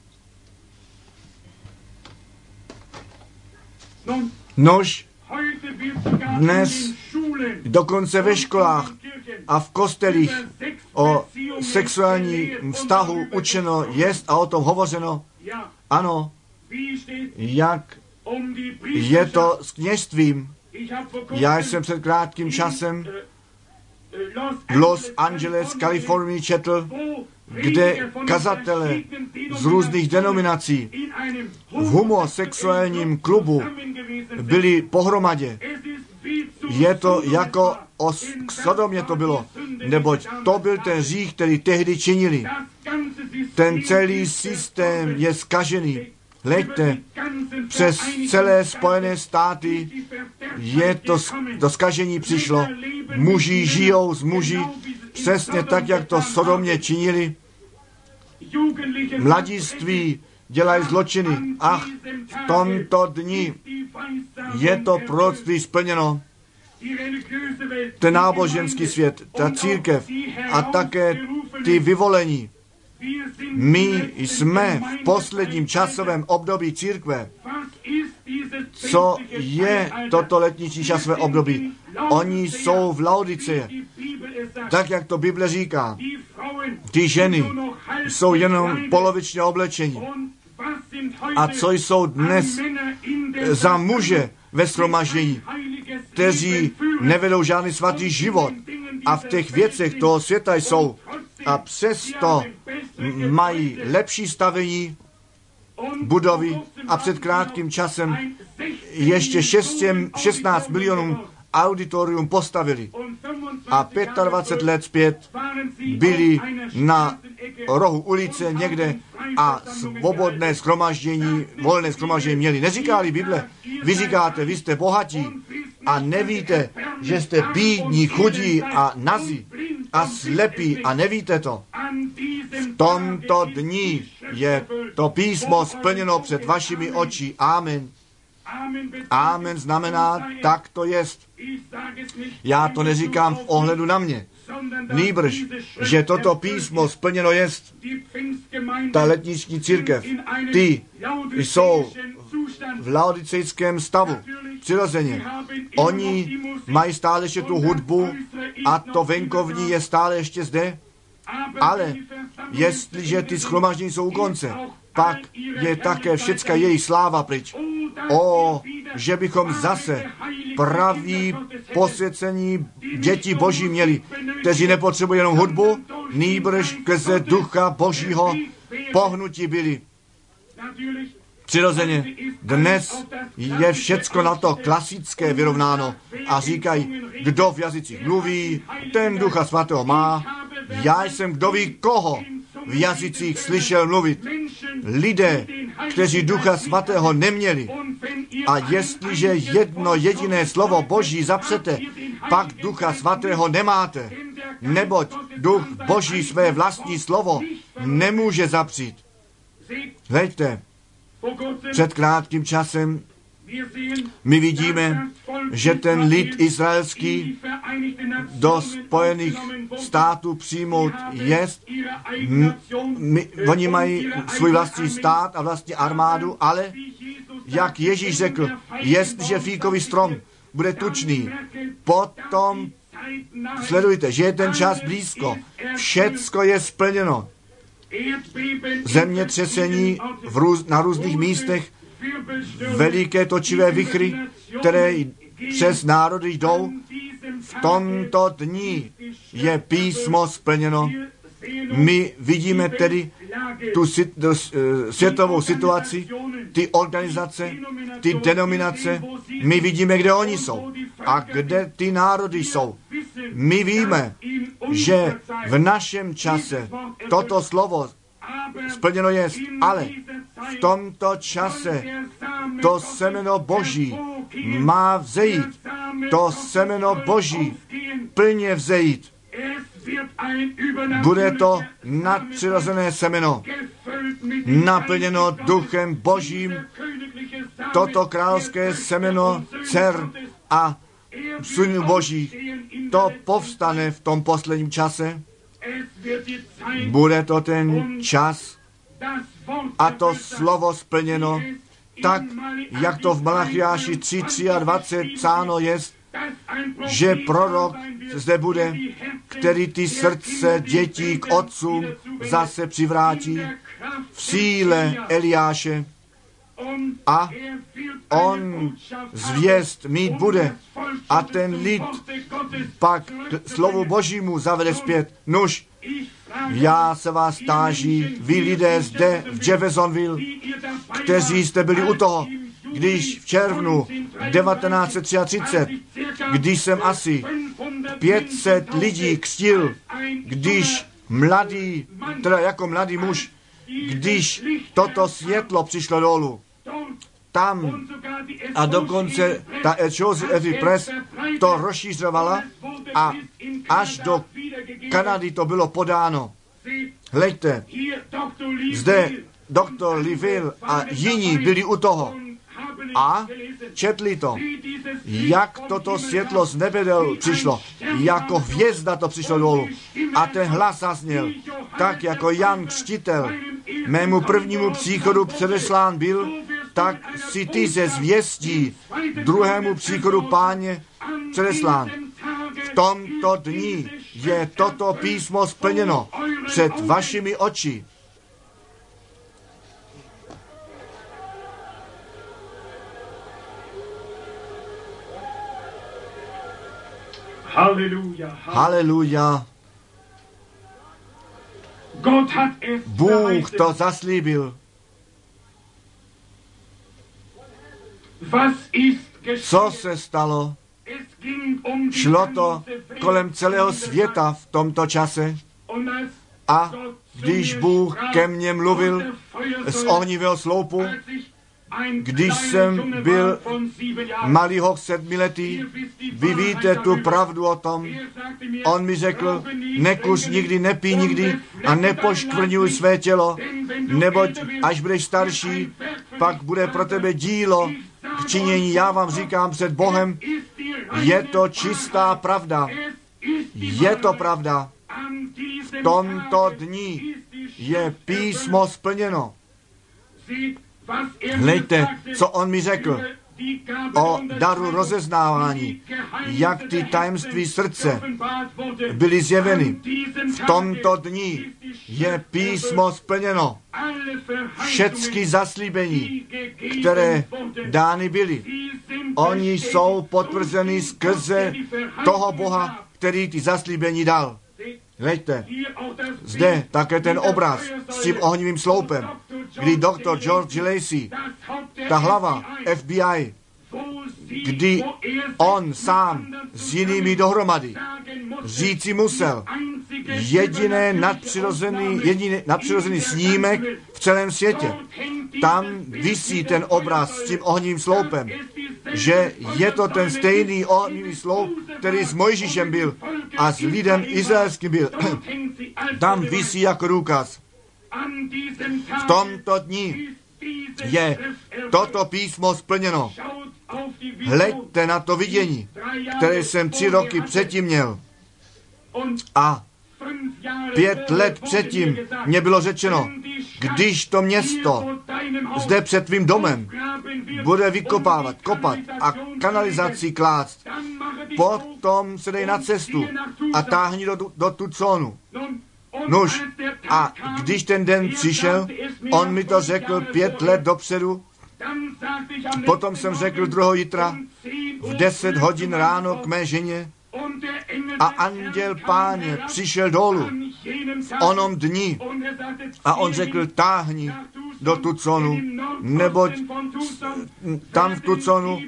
Nož dnes dokonce ve školách a v kostelích o sexuálním vztahu učeno jest a o tom hovořeno. Ano, jak je to s kněžstvím. Já jsem před krátkým časem v Los Angeles, Kalifornii četl, kde kazatele z různých denominací v homosexuálním klubu byli pohromadě. Je to jako k Sodomě to bylo, neboť to byl ten hřích, který tehdy činili. Ten celý systém je zkažený. Hleďte, přes celé Spojené státy je to zkažení přišlo. Muži žijou z muži, přesně tak, jak to Sodomě činili. Mladiství dělají zločiny. Ach, v tomto dni je to proroctví splněno. Ten náboženský svět, ta církev a také ty vyvolení. My jsme v posledním časovém období církve. Co je toto letniční časové období? Oni jsou v Laodiceji, tak jak to Bible říká. Ty ženy jsou jenom polovičně oblečení. A co jsou dnes za muže ve shromaždění, kteří nevedou žádný svatý život a v těch věcech toho světa jsou a přesto mají lepší stavení budovy a před krátkým časem ještě 16 milionů auditorium postavili a 25 let zpět byli na rohu ulice někde a svobodné shromaždění, volné shromaždění měli. Neříká-li Bible, vy říkáte, vy jste bohatí a nevíte, že jste bídní, chudí a nazí a slepí a nevíte to. V tomto dni je to písmo splněno před vašimi oči. Amen. Amen znamená, tak to jest. Já to neříkám v ohledu na mě. Nýbrž, že toto písmo splněno jest. Ta letniční církev, ty jsou v laodicejském stavu. Přirozeně. Oni mají stále ještě tu hudbu a to venkovní je stále ještě zde. Ale jestliže ty shromaždění jsou u konce, pak je také všecka jejich sláva pryč. O, že bychom zase praví posvěcení dětí Boží měli, kteří nepotřebují jenom hudbu, nýbrž skrze Ducha Božího pohnutí byli. Přirozeně dnes je všecko na to klasické vyrovnáno a říkají, kdo v jazycích mluví, ten Ducha Svatého má. Já jsem kdo ví koho v jazycích slyšel mluvit. Lidé, kteří Ducha Svatého neměli. A jestliže jedno jediné slovo Boží zapřete, pak Ducha Svatého nemáte. Neboť Duch Boží své vlastní slovo nemůže zapřít. Hleďte, před krátkým časem my vidíme, že ten lid izraelský do Spojených států přijmout jest. Oni mají svůj vlastní stát a vlastní armádu, ale jak Ježíš řekl, jestliže fíkový strom bude tučný, potom sledujte, že je ten čas blízko. Všecko je splněno. Zemětřesení na různých místech, veliké točivé vichry, které přes národy jdou. V tomto dni je písmo splněno. My vidíme tedy tu světovou situaci, ty organizace, ty denominace. My vidíme, kde oni jsou a kde ty národy jsou. My víme, že v našem čase toto slovo splněno je, ale v tomto čase to semeno Boží má vzejít. To semeno Boží plně vzejít. Bude to nadpřirozené semeno, naplněno Duchem Božím, toto královské semeno dcer a synů Božích, to povstane v tom posledním čase. Bude to ten čas a to slovo splněno, tak, jak to v Malachiáši 3:23 psáno jest, že prorok zde bude, který ty srdce dětí k otcům zase přivrátí v síle Eliáše a on zvěst mít bude a ten lid pak k slovu Božímu zavede zpět. Nuž, já se vás táží, vy lidé zde v Jeffersonville, kteří jste byli u toho, když v červnu 1933, když jsem asi 500 lidí křtil, když mladý, teda jako mladý muž, když toto světlo přišlo dolů, tam a dokonce ta Associated Press to rozšířovala a až do Kanady to bylo podáno. Hleďte, zde doktor Liville a jiní byli u toho a četli to, jak toto světlo z nebe přišlo, jako hvězda to přišlo dolů. A ten hlas zazněl, tak jako Jan Křtitel mému prvnímu příchodu předeslán byl, tak si ty ze zvěstí druhému příchodu Páně předeslán. V tomto dni je toto písmo splněno před vašimi oči. Halleluja. Halleluja. Bůh to zaslíbil. Co se stalo? Šlo to kolem celého světa v tomto čase. A když Bůh ke mně mluvil z ohnivého sloupu, když jsem byl malýho 7letý, vy víte tu pravdu o tom. On mi řekl, nekuř nikdy, nepij nikdy a nepoškvrňuj své tělo, neboť až budeš starší, pak bude pro tebe dílo k činění. Já vám říkám před Bohem, je to čistá pravda. Je to pravda. V tomto dni je písmo splněno. Hleďte, co on mi řekl o daru rozeznávání, jak ty tajemství srdce byly zjeveny. V tomto dni je písmo splněno. Všechny zaslíbení, které dány byly, oni jsou potvrzeny skrze toho Boha, který ty zaslíbení dal. Hleďte, zde také ten obraz s tím ohnivým sloupem, kdy doktor George Lacey, ta hlava FBI, kdy on sám s jinými dohromady říci musel jediný nadpřirozený snímek v celém světě. Tam visí ten obraz s tím ohnivým sloupem, že je to ten stejný ohnivý sloup, který s Mojžíšem byl a s lidem izraelským byl. Tam visí jako důkaz. V tomto dni je toto písmo splněno. Hleďte na to vidění, které jsem 3 roky předtím měl. A 5 let předtím mě bylo řečeno, když to město zde před tvým domem bude vykopávat, kopat a kanalizaci klást, potom se dej na cestu a táhni do Tucsonu. Nuž, a když ten den přišel, on mi to řekl 5 let dopředu, potom jsem řekl druhého jitra v 10 hodin ráno k mé ženě a anděl Páně přišel dolů v onom dni a on řekl, táhni do Tucsonu, neboť tam v Tucsonu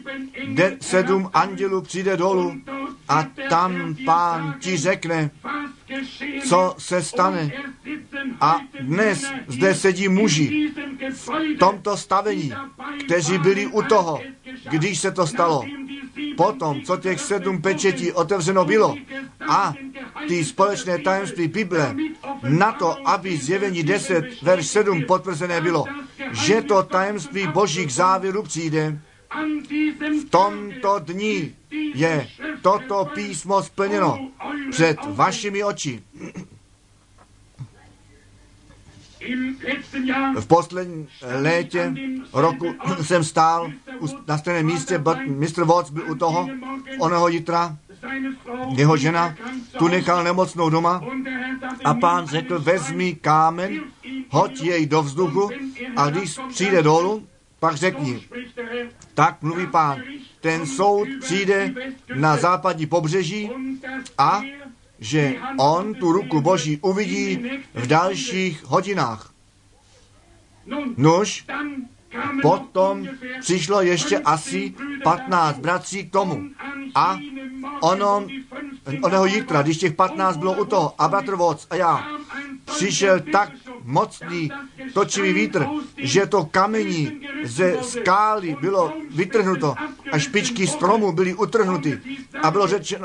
7 andělů přijde dolů a tam Pán ti řekne, co se stane. A dnes zde sedí muži v tomto stavení, kteří byli u toho, když se to stalo. Potom, co těch 7 pečetí otevřeno bylo a ty společné tajemství Bible na to, aby zjevení 10, verš 7 potvrzené bylo, že to tajemství Boží k závěru přijde, v tomto dni je toto písmo splněno před vašimi oči. V posledním létě roku jsem stál na stejném místě, Mr. Watts byl u toho, oného jitra, jeho žena tu nechal nemocnou doma a Pán řekl, vezmi kámen, hoď jej do vzduchu a když přijde dolů, pak řekni, tak mluví Pán, ten soud přijde na západní pobřeží a že on tu ruku Boží uvidí v dalších hodinách. Nuž, potom přišlo ještě asi 15 bratří k tomu. A oného jitra, když těch 15 bylo u toho, a bratr Watts a já, přišel tak mocný točivý vítr, že to kamení ze skály bylo vytrhnuto a špičky stromů byly utrhnuty. A bylo řečeno,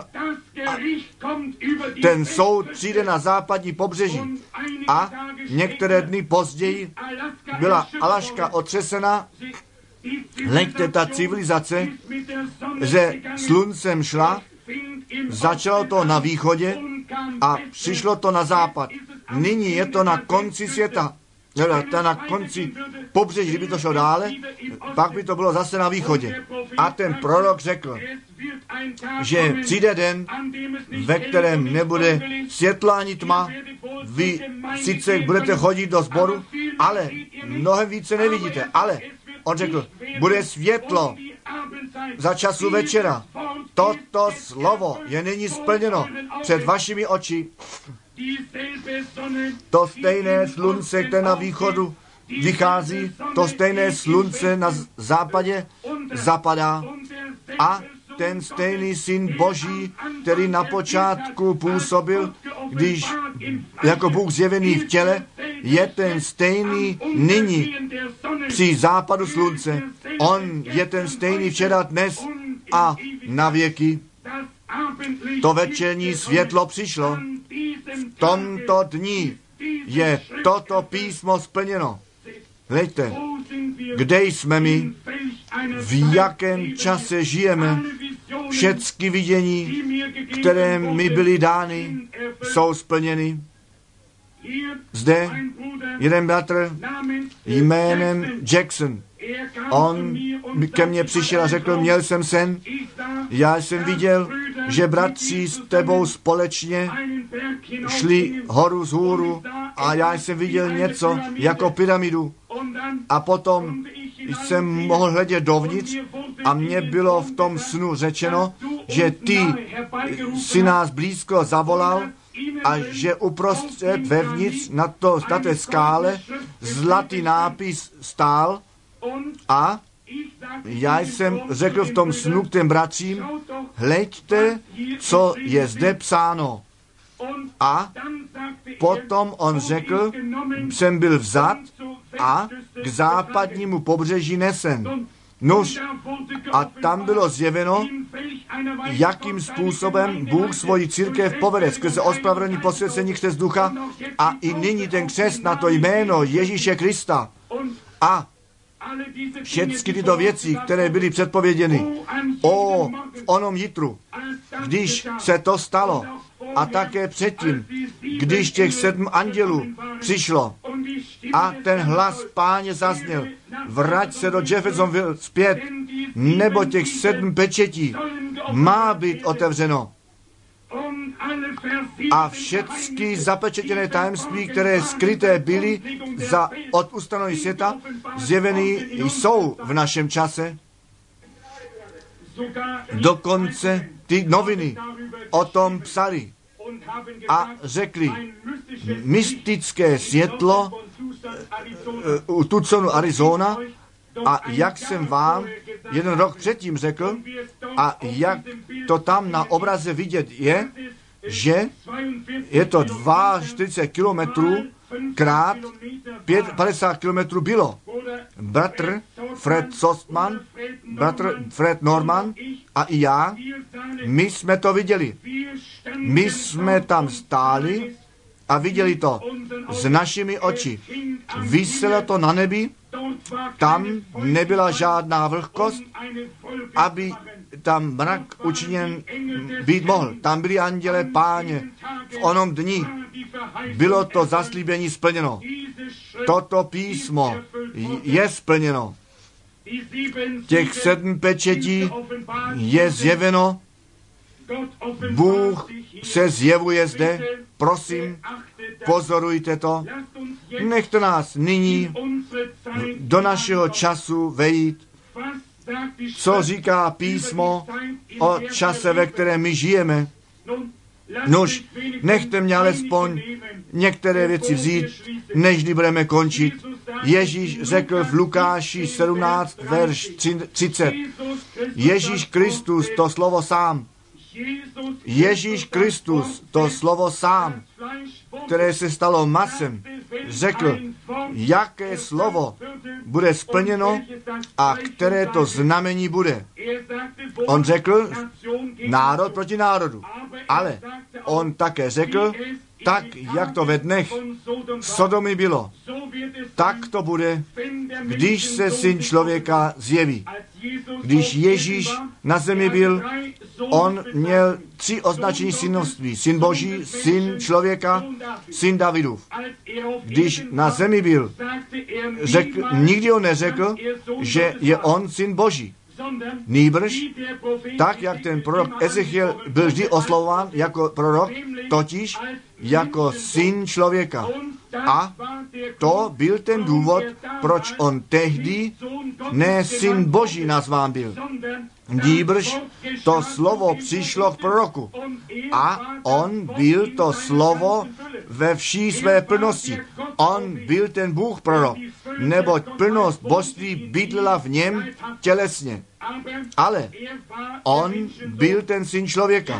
ten soud přijde na západní pobřeží. A některé dny později byla Alaska otřesena. Hleďte, ta civilizace se sluncem šla, začalo to na východě a přišlo to na západ. Nyní je to na konci světa. Na konci pobřeží, kdyby to šlo dále, pak by to bylo zase na východě. A ten prorok řekl, že přijde den, ve kterém nebude světlo ani tma. Vy sice budete chodit do sboru, ale mnohem více nevidíte. Ale on řekl, bude světlo za času večera. Toto slovo je nyní splněno před vašimi oči. To stejné slunce, které na východu vychází, to stejné slunce na západě zapadá a ten stejný Syn Boží, který na počátku působil, když jako Bůh zjevený v těle, je ten stejný nyní při západu slunce. On je ten stejný včera, dnes a na věky. To večerní světlo přišlo. V tomto dni je toto písmo splněno. Hleďte, kde jsme my, v jakém čase žijeme. Všechny vidění, které mi byly dány, jsou splněny. Zde jeden bratr jménem Jackson. On ke mně přišel a řekl, měl jsem sen, já jsem viděl, že bratři s tebou společně šli horu z hůru a já jsem viděl něco jako pyramidu. A potom jsem mohl hledět dovnitř a mně bylo v tom snu řečeno, že ty si nás blízko zavolal a že uprostřed vevnitř na té skále zlatý nápis stál a já jsem řekl v tom snu k těm bratřím, hleďte, co je zde psáno. A potom on řekl, jsem byl vzat a k západnímu pobřeží nesen. Nuž, a tam bylo zjeveno, jakým způsobem Bůh svoji církev povede skrze ospravedlnění posvěcení křest ducha a i nyní ten křest na to jméno Ježíše Krista. A všechny tyto věci, které byly předpověděny v onom jitru, když se to stalo a také předtím, když těch 7 andělů přišlo a ten hlas Páně zazněl, vrať se do Jeffersonville zpět, nebo těch 7 pečetí má být otevřeno. A všechny zapečetěné tajemství, které skryté byly od ustanovení světa, zjevený jsou v našem čase. Dokonce ty noviny o tom psali a řekli, mystické světlo u Tucsonu, Arizona, a jak jsem vám 1 rok předtím řekl a jak to tam na obraze vidět je, že je to 42 kilometrů krát 50 kilometrů bylo. Bratr Fred Sostman, bratr Fred Norman a i já, my jsme to viděli. My jsme tam stáli a viděli to s našimi oči. Viselo to na nebi, tam nebyla žádná vlhkost, aby tam mrak učiněn být mohl. Tam byli anděle Páně. V onom dni bylo to zaslíbení splněno. Toto písmo je splněno. Těch 7 pečetí je zjeveno. Bůh se zjevuje zde. Prosím, pozorujte to. Nechte nás nyní do našeho času vejít. Co říká písmo o čase, ve kterém my žijeme? Nuž, nechte mě alespoň některé věci vzít, nežli budeme končit. Ježíš řekl v Lukáši 17, verš 30. Ježíš Kristus, to slovo sám. Ježíš Kristus, to slovo sám, které se stalo masem, řekl, jaké slovo bude splněno a které to znamení bude. On řekl, národ proti národu. Ale on také řekl, tak, jak to ve dnech Sodomy bylo, tak to bude, když se Syn člověka zjeví. Když Ježíš na zemi byl, on měl 3 označení synovství. Syn Boží, Syn člověka, Syn Davidův. Když na zemi byl, nikdy on neřekl, že je on Syn Boží. Nýbrž, tak jak ten prorok Ezechiel byl vždy oslovován jako prorok, totiž jako syn člověka. A to byl ten důvod, proč on tehdy ne syn Boží nazván byl. Nýbrž to slovo přišlo k proroku. A on byl to slovo ve vší své plnosti. On byl ten Bůh prorok, neboť plnost božství bydlela v něm tělesně. Ale on byl ten syn člověka.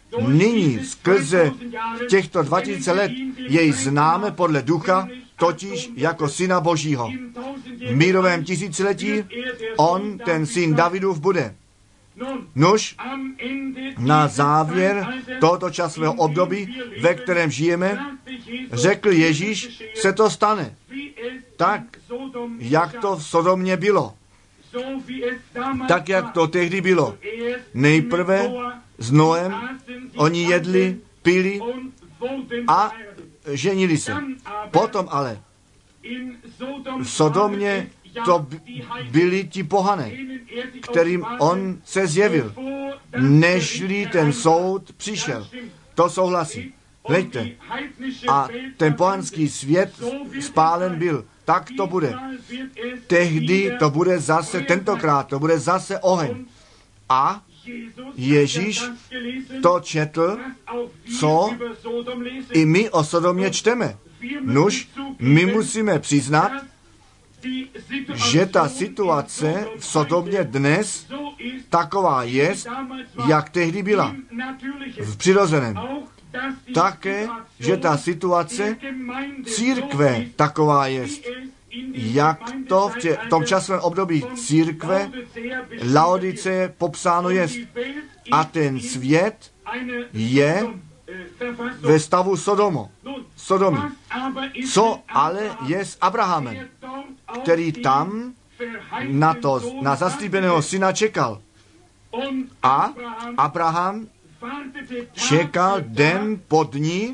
nyní skrze těchto 2000 let jej známe podle ducha, totiž jako syna Božího. V mírovém tisíciletí on, ten syn Davidův, bude. Nuž, na závěr tohoto časového období, ve kterém žijeme, řekl Ježíš, se to stane. Tak, jak to v Sodomě bylo. Tak, jak to tehdy bylo. Nejprve s Noem oni jedli, pili a ženili se. Potom ale v Sodomě to byli ti pohané, kterým on se zjevil, nežli ten soud přišel. To souhlasí. Hleďte. A ten pohanský svět spálen byl. Tak to bude. Tehdy to bude zase, tentokrát to bude zase oheň. A Ježíš to četl, co i my o Sodomě čteme. Nuž, my musíme přiznat, že ta situace v Sodomě dnes taková je, jak tehdy byla. V přirozeném. Také, že ta situace církve taková je, jak to v tom časovém období církve Laodice popsáno je. A ten svět je ve stavu Sodomy. Co ale je s Abrahamem, který tam na zaslíbeného syna čekal. A Abraham čekal den po dní,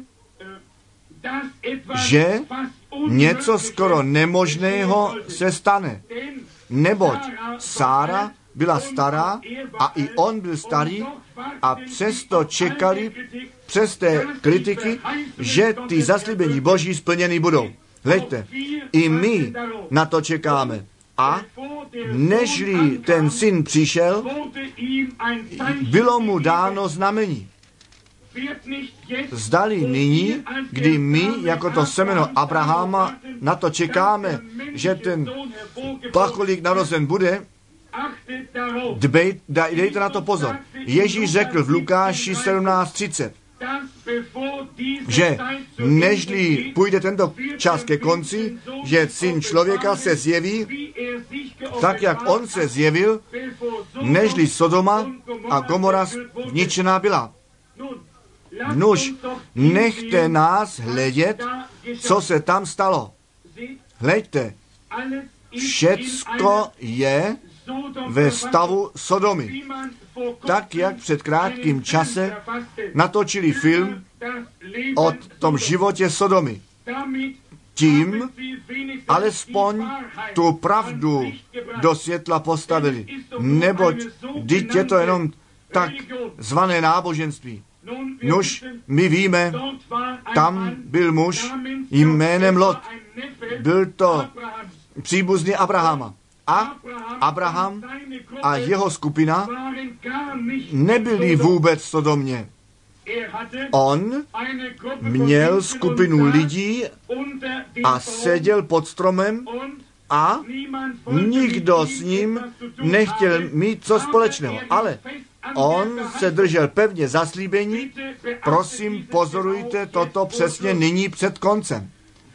že něco skoro nemožného se stane. Neboť Sára byla stará a i on byl starý a přesto čekali přes té kritiky, že ty zaslíbení Boží splněny budou. Hleďte, i my na to čekáme. A nežli ten syn přišel, bylo mu dáno znamení. Zdali nyní, kdy my, jako to semeno Abrahama, na to čekáme, že ten pacholík narozen bude, dejte na to pozor. Ježíš řekl v Lukáši 17:30, že nežli půjde tento čas ke konci, že syn člověka se zjeví, tak jak on se zjevil, nežli Sodoma a Gomora zničená byla. Nuž, nechte nás hledět, co se tam stalo. Hleďte, všecko je ve stavu Sodomy. Tak, jak před krátkým čase natočili film o tom životě Sodomy. Tím alespoň tu pravdu do světla postavili. Neboť vždyť je to jenom tak zvané náboženství. Nuž, my víme, tam byl muž jménem Lot. Byl to příbuzný Abrahama. A Abraham a jeho skupina nebyli vůbec v Sodomě. On měl skupinu lidí a seděl pod stromem a nikdo s ním nechtěl mít co společného. Ale on se držel pevně zaslíbení. Prosím, pozorujte toto přesně nyní před koncem.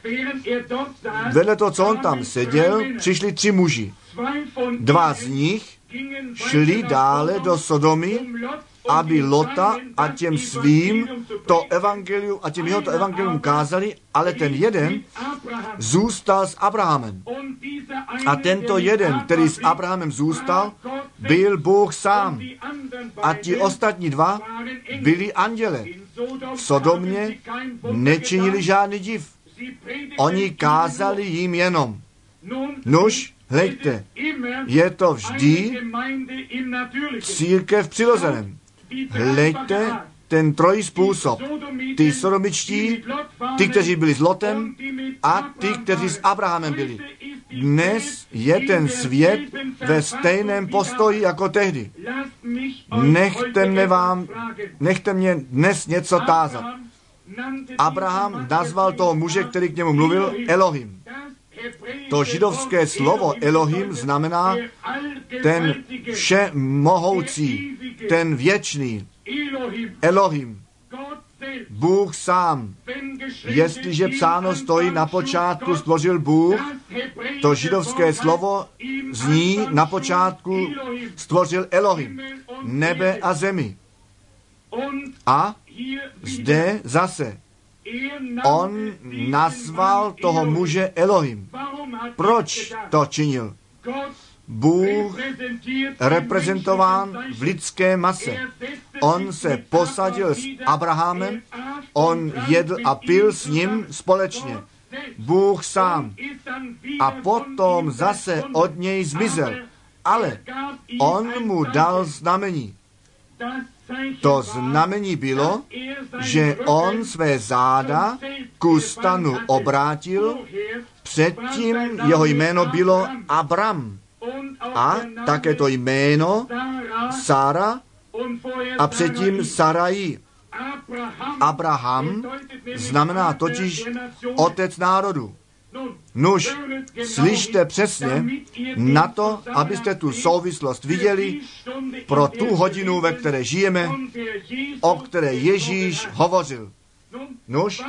Vedle toho, co on tam seděl, přišli 3 muži. 2 z nich šli dále do Sodomy, aby Lota a těm svým to evangelium a těm jeho to evangelium kázali, ale ten jeden zůstal s Abrahamem. A tento jeden, který s Abrahamem zůstal, byl Bůh sám. A ti ostatní 2 byli anděle. V Sodomě nečinili žádný div. Oni kázali jim jenom. Nuž, hleďte, je to vždy církev přirozeném. Hleďte ten trojí způsob. Ty sodomičtí, ty, kteří byli s Lotem a ty, kteří s Abrahamem byli. Dnes je ten svět ve stejném postoji jako tehdy. Nechte mě dnes něco tázat. Abraham nazval toho muže, který k němu mluvil, Elohim. To židovské slovo Elohim znamená ten všemohoucí, ten věčný. Elohim, Bůh sám. Jestliže psáno stojí na počátku stvořil Bůh, to židovské slovo zní na počátku stvořil Elohim, nebe a zemi. A zde zase on nazval toho muže Elohim. Proč to činil? Bůh reprezentován v lidské mase. On se posadil s Abrahamem, on jedl a pil s ním společně. Bůh sám. A potom zase od něj zmizel. Ale on mu dal znamení. To znamení bylo, že on své záda ku stanu obrátil, předtím jeho jméno bylo Abram. A také to jméno Sára a předtím Sarai. Abraham znamená totiž otec národu. Nuž, slyšte přesně na to, abyste tu souvislost viděli pro tu hodinu, ve které žijeme, o které Ježíš hovořil. Nuž,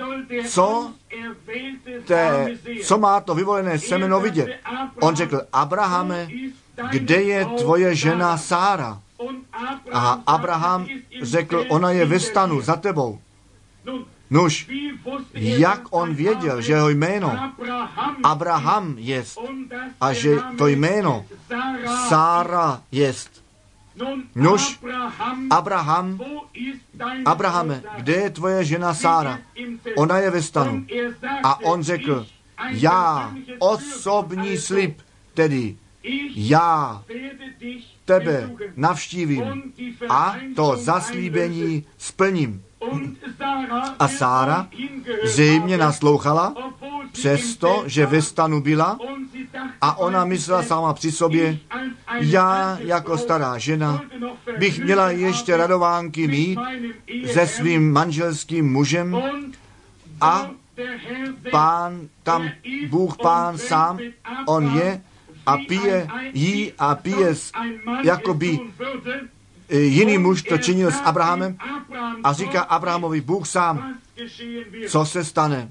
co má to vyvolené semeno vidět? On řekl, Abrahame, kde je tvoje žena Sára? A Abraham řekl, ona je ve stanu za tebou. Nuž, jak on věděl, že jeho jméno Abraham jest a že to jméno Sára jest? Nuž, Abrahame, kde je tvoje žena Sára? Ona je ve stanu. A on řekl, já osobní slib, tedy já tebe navštívím a to zaslíbení splním. A Sára zřejmě naslouchala, přesto, že ve stanu byla, a ona myslela sama při sobě, já jako stará žena bych měla ještě radovánky mít se svým manželským mužem a Bůh Pán sám, on je a pije jí a pije jakoby jiný muž to činil s Abrahamem a říká Abrahamovi, Bůh sám, co se stane?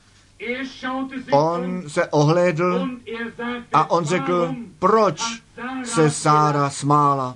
On se ohlédl a on řekl, proč se Sára smála?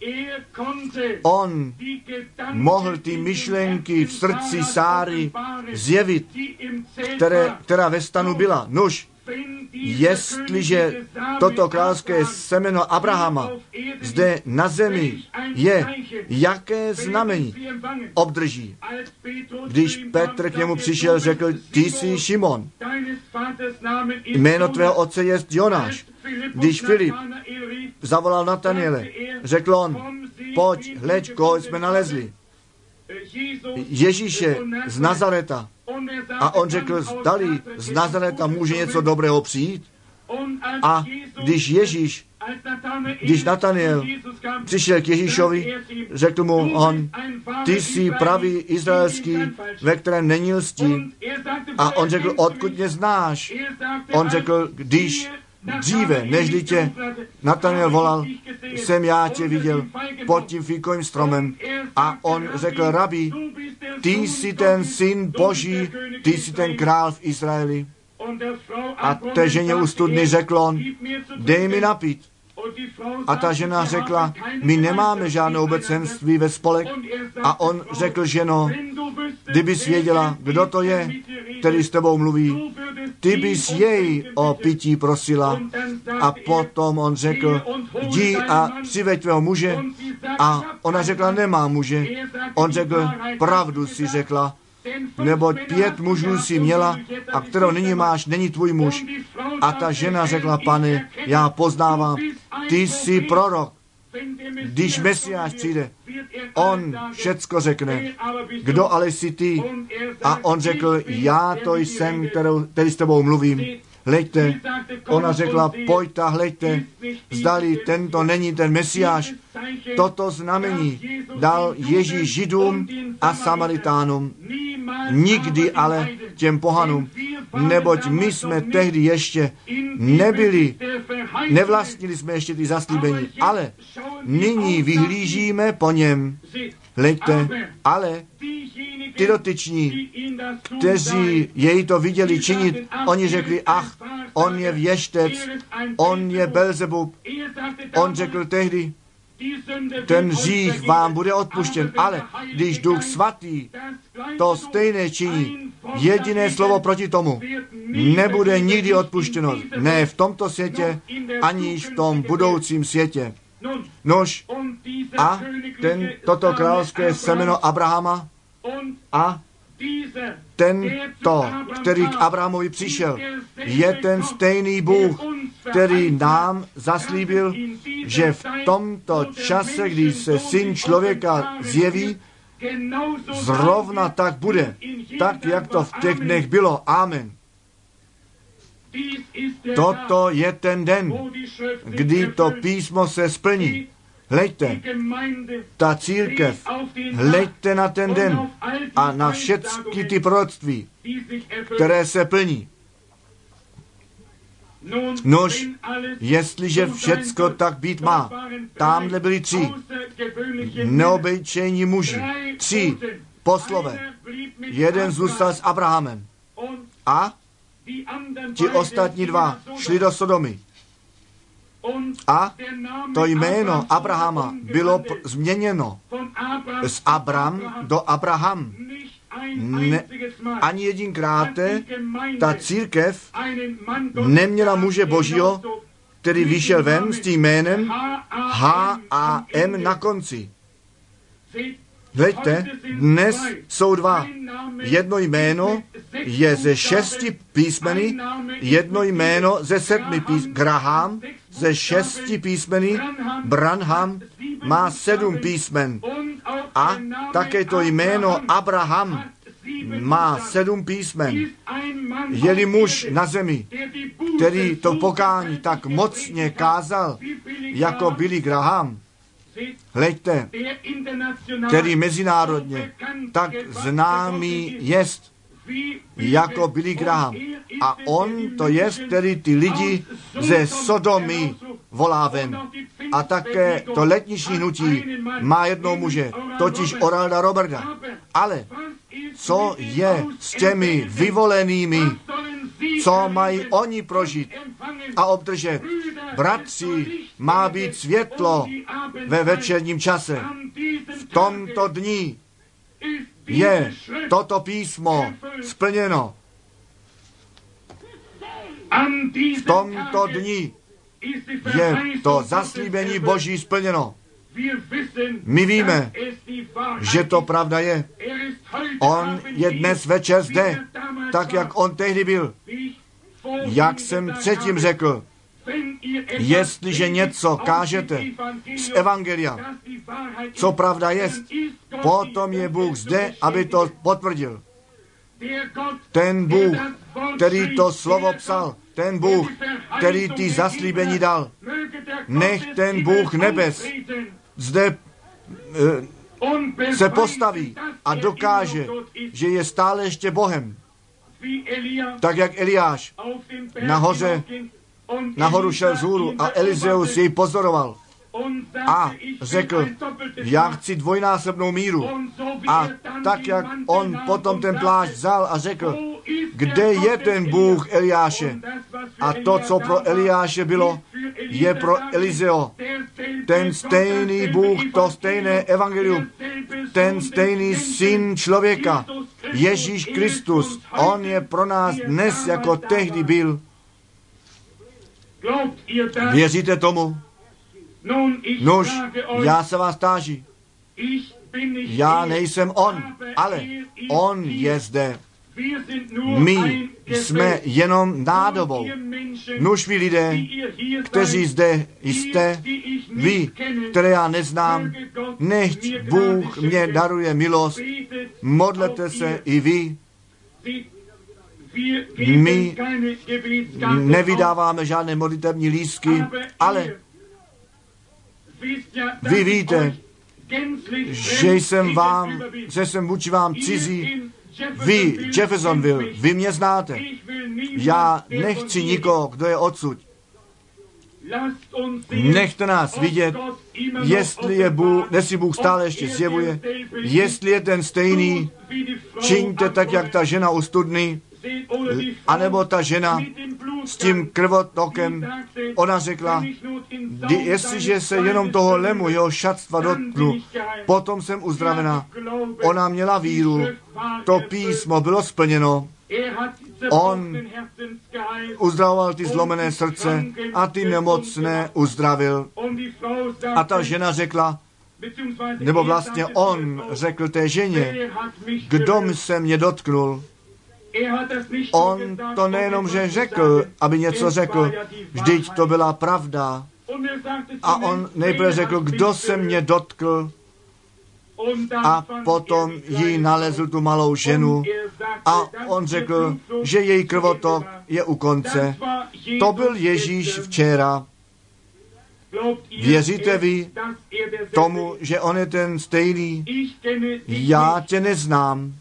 On mohl ty myšlenky v srdci Sáry zjevit, která ve stanu byla. Nuž, jestliže toto královské semeno Abrahama zde na zemi je, jaké znamení obdrží? Když Petr k němu přišel, řekl, ty jsi Šimon, jméno tvého otce je Jonáš. Když Filip zavolal Nataniele, řekl on, pojď, hleď, koho jsme nalezli. Ježíše z Nazareta. A on řekl, zdali z Nazareta může něco dobrého přijít. A když Nataniel přišel k Ježíšovi, řekl mu on, ty jsi pravý izraelský, ve kterém není lstí. A on řekl, odkud mě znáš? On řekl, když dříve, nežli tě Nataniel volal, jsem já tě viděl pod tím fíkovým stromem. A on řekl, rabi, ty jsi ten syn Boží, ty jsi ten král v Izraeli. A té ženě u studny řekl on, dej mi napít. A ta žena řekla, my nemáme žádné obecenství ve spolek. A on řekl, ženo, kdybys věděla, kdo to je, který s tebou mluví, ty bys jej o pití prosila. A potom on řekl, jdi a přiveď tvého muže. A ona řekla, nemá muže. On řekl, pravdu si řekla, neboť 5 mužů si měla a kterou nyní máš, není tvůj muž. A ta žena řekla, pane, já poznávám, ty jsi prorok. Když Mesiáš přijde, on všecko řekne, kdo ale jsi ty? A on řekl, já to jsem, který s tebou mluvím. Hleďte, ona řekla, pojďte, hleďte, zdali tento není ten Mesiáš. Toto znamení dal Ježíš Židům a Samaritánům, nikdy ale těm pohanům, neboť my jsme tehdy ještě nebyli, nevlastnili jsme ještě ty zaslíbení, ale nyní vyhlížíme po něm. Hleďte, ale ty dotyční, kteří jej to viděli činit, oni řekli, ach, on je věštec, on je Belzebub. On řekl tehdy, ten hřích vám bude odpuštěn, ale když Duch Svatý to stejné činí, jediné slovo proti tomu nebude nikdy odpuštěno. Ne v tomto světě, ani v tom budoucím světě. Nož a toto královské semeno Abrahama a tento, který k Abrahamovi přišel, je ten stejný Bůh, který nám zaslíbil, že v tomto čase, když se Syn člověka zjeví, zrovna tak bude, tak jak to v těch dnech bylo. Amen. Toto je ten den, kdy to písmo se splní. Hleďte, ta církev, hleďte na ten den a na všechny ty proroctví, které se plní. Nož, jestliže všecko tak být má, tamhle byli 3 neobyčejní muži, 3 poslové, jeden zůstal s Abrahamem a ti ostatní 2 šli do Sodomy. A to jméno Abrahama bylo změněno z Abram do Abraham. Ani jedinkrát ta církev neměla muže Božího, který vyšel ven s tím jménem H-A-M na konci. Hleďte, dnes jsou 2. Jedno jméno je ze 6 písmeny, jedno jméno ze 7 písmeny. Graham ze 6 písmeny, Branham má 7 písmen. A také to jméno Abraham má 7 písmen. Je-li muž na zemi, který to pokání tak mocně kázal, jako Billy Graham, hleďte, který mezinárodně tak známý jest, jako Billy Graham. A on to je, který ty lidi ze Sodomy volá ven. A také to letniční hnutí má jednoho muže, totiž Oralda Roberta. Ale co je s těmi vyvolenými, co mají oni prožít a obdržet? Bratři, má být světlo ve večerním čase. V tomto dni je toto písmo splněno. V tomto dni je to zaslíbení Boží splněno. My víme, že to pravda je. On je dnes večer zde, tak jak on tehdy byl. Jak jsem předtím řekl, jestliže něco kážete z Evangelia, co pravda jest, potom je Bůh zde, aby to potvrdil. Ten Bůh, který to slovo psal, ten Bůh, který ty zaslíbení dal, nech ten Bůh nebes zde se postaví a dokáže, že je stále ještě Bohem. Tak jak Eliáš nahoru šel z hůru a Elizeus jej pozoroval a řekl, já chci dvojnásobnou míru. A tak, jak on potom ten plášť vzal a řekl, kde je ten Bůh Eliáše? A to, co pro Eliáše bylo, je pro Elizeo. Ten stejný Bůh, to stejné evangelium, ten stejný Syn člověka, Ježíš Kristus, on je pro nás dnes, jako tehdy byl. Věříte tomu? Nož, já se vás táži. Já nejsem on, ale on je zde. My jsme jenom nádobou. Nuž vy lidé, kteří zde jste, vy, které já neznám, nechť Bůh mě daruje milost, modlete se i vy. My nevydáváme žádné modlitební lístky, ale vy víte, že jsem vůči vám cizí. Vy, Jeffersonville, vy mě znáte. Já nechci nikoho, kdo je odsud. Nechte nás vidět, jestli Bůh stále ještě zjevuje, jestli je ten stejný, čiňte tak, jak ta žena u studny, anebo ta žena s tím krvotokem. Ona řekla, jestliže se jenom toho lemu, jeho šatstva dotknu, potom jsem uzdravena. Ona měla víru, to písmo bylo splněno. On uzdravoval ty zlomené srdce a ty nemocné uzdravil. A ta žena řekla, nebo vlastně on řekl té ženě, kdo se mě dotknul. On to nejenom, že řekl, aby něco řekl, vždyť to byla pravda. A on nejprve řekl, kdo se mě dotkl, a potom jí nalezl tu malou ženu a on řekl, že její krvotok je u konce. To byl Ježíš včera. Věříte vy tomu, že on je ten stejný? Já tě neznám,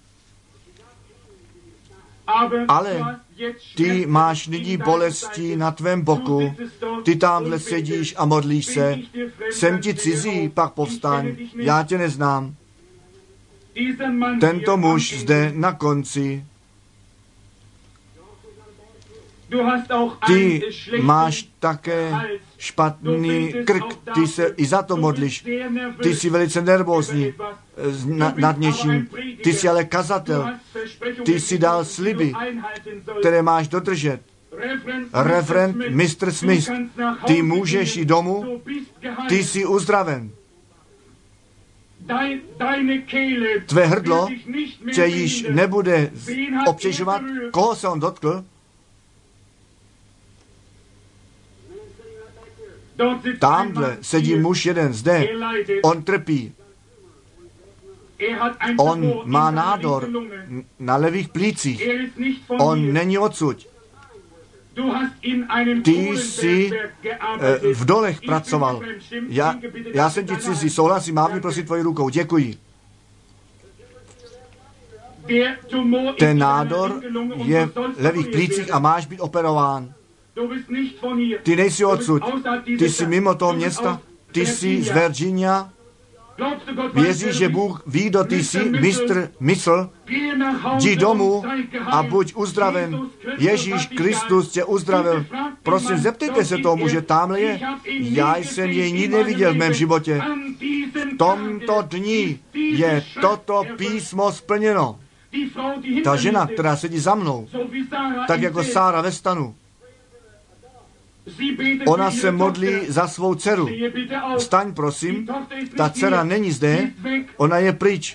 ale ty máš nyní bolesti na tvém boku, ty tamhle sedíš a modlíš se, jsem ti cizí, pak povstaň, já tě neznám. Tento muž zde na konci, ty máš také špatný krk, ty se i za to modlíš, ty jsi velice nervózní nad něčím, ty jsi ale kazatel, ty jsi dal sliby, které máš dodržet. Reverend Mr. Smith, ty můžeš jít domů, ty jsi uzdraven. Tvé hrdlo tě již nebude obtěžovat. Koho se on dotkl? Tamhle sedí muž jeden zde. On trpí. On má nádor na levých plících. On není odsud. Ty jsi v dolech pracoval. Já jsem ti cizí, souhlasím, mávni prosím tvojí rukou. Děkuji. Ten nádor je v levých plících a máš být operován. Ty nejsi odsud, ty jsi mimo toho města, ty jsi z Virginia. Věříš, že Bůh ví, kdo ty jsi, mysl, jdi domů a buď uzdraven. Ježíš Kristus tě uzdravil. Prosím, zeptejte se tomu, že tamhle je. Já jsem jej nikdy neviděl v mém životě. V tomto dni je toto písmo splněno. Ta žena, která sedí za mnou, tak jako Sára ve stanu, ona se modlí za svou dceru. Vstaň, prosím, ta dcera není zde, ona je pryč.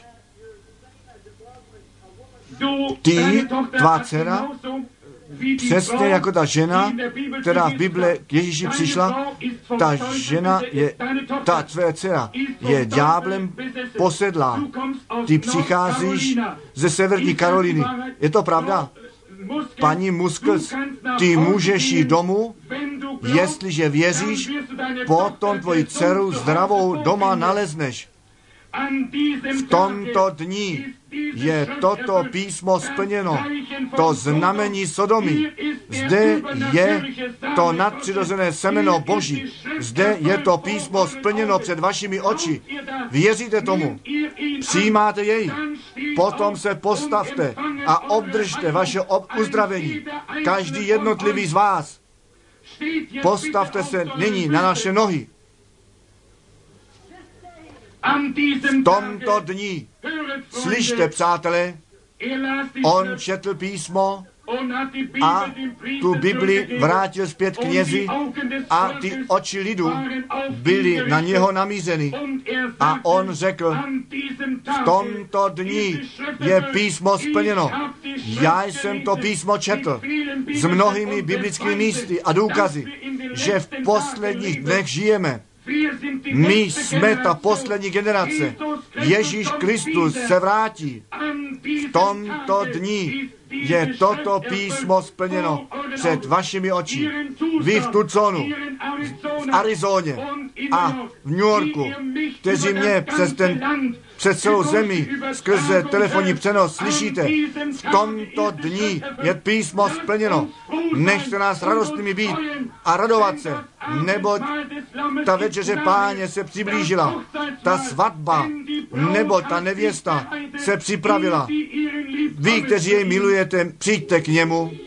Ty, tvá dcera, přesně jako ta žena, která v Bibli k Ježíši přišla, ta žena je, ta tvé dcera je ďáblem posedlá. Ty přicházíš ze Severní Karoliny. Je to pravda? Paní Muskels, ty můžeš jít domů, jestliže věříš, potom tvoji dceru zdravou doma nalezneš. V tomto dni je toto písmo splněno, to znamení Sodomy. Zde je to nadpřirozené semeno Boží. Zde je to písmo splněno před vašimi oči. Věříte tomu? Přijímáte jej? Potom se postavte a obdržte vaše uzdravení. Každý jednotlivý z vás. Postavte se nyní na naše nohy. V tomto dni, slyšte, přátelé, on četl písmo a tu Bibli vrátil zpět knězi a ty oči lidu byly na něho namířeny. A on řekl, v tomto dni je písmo splněno. Já jsem to písmo četl s mnohými biblickými místy a důkazy, že v posledních dnech žijeme. My jsme ta poslední generace. Ježíš Kristus se vrátí. V tomto dni je toto písmo splněno před vašimi oči. Vy v Tucsonu, v Arizoně a v New Yorku, kteří mě přes celou zemi skrze telefonní přenos slyšíte, v tomto dni je písmo splněno. Nechte nás radostnými být a radovat se neboť ta večeře Páně se přiblížila, ta svatba, nebo ta nevěsta se připravila. Vy, kteří jej milujete, přijďte k němu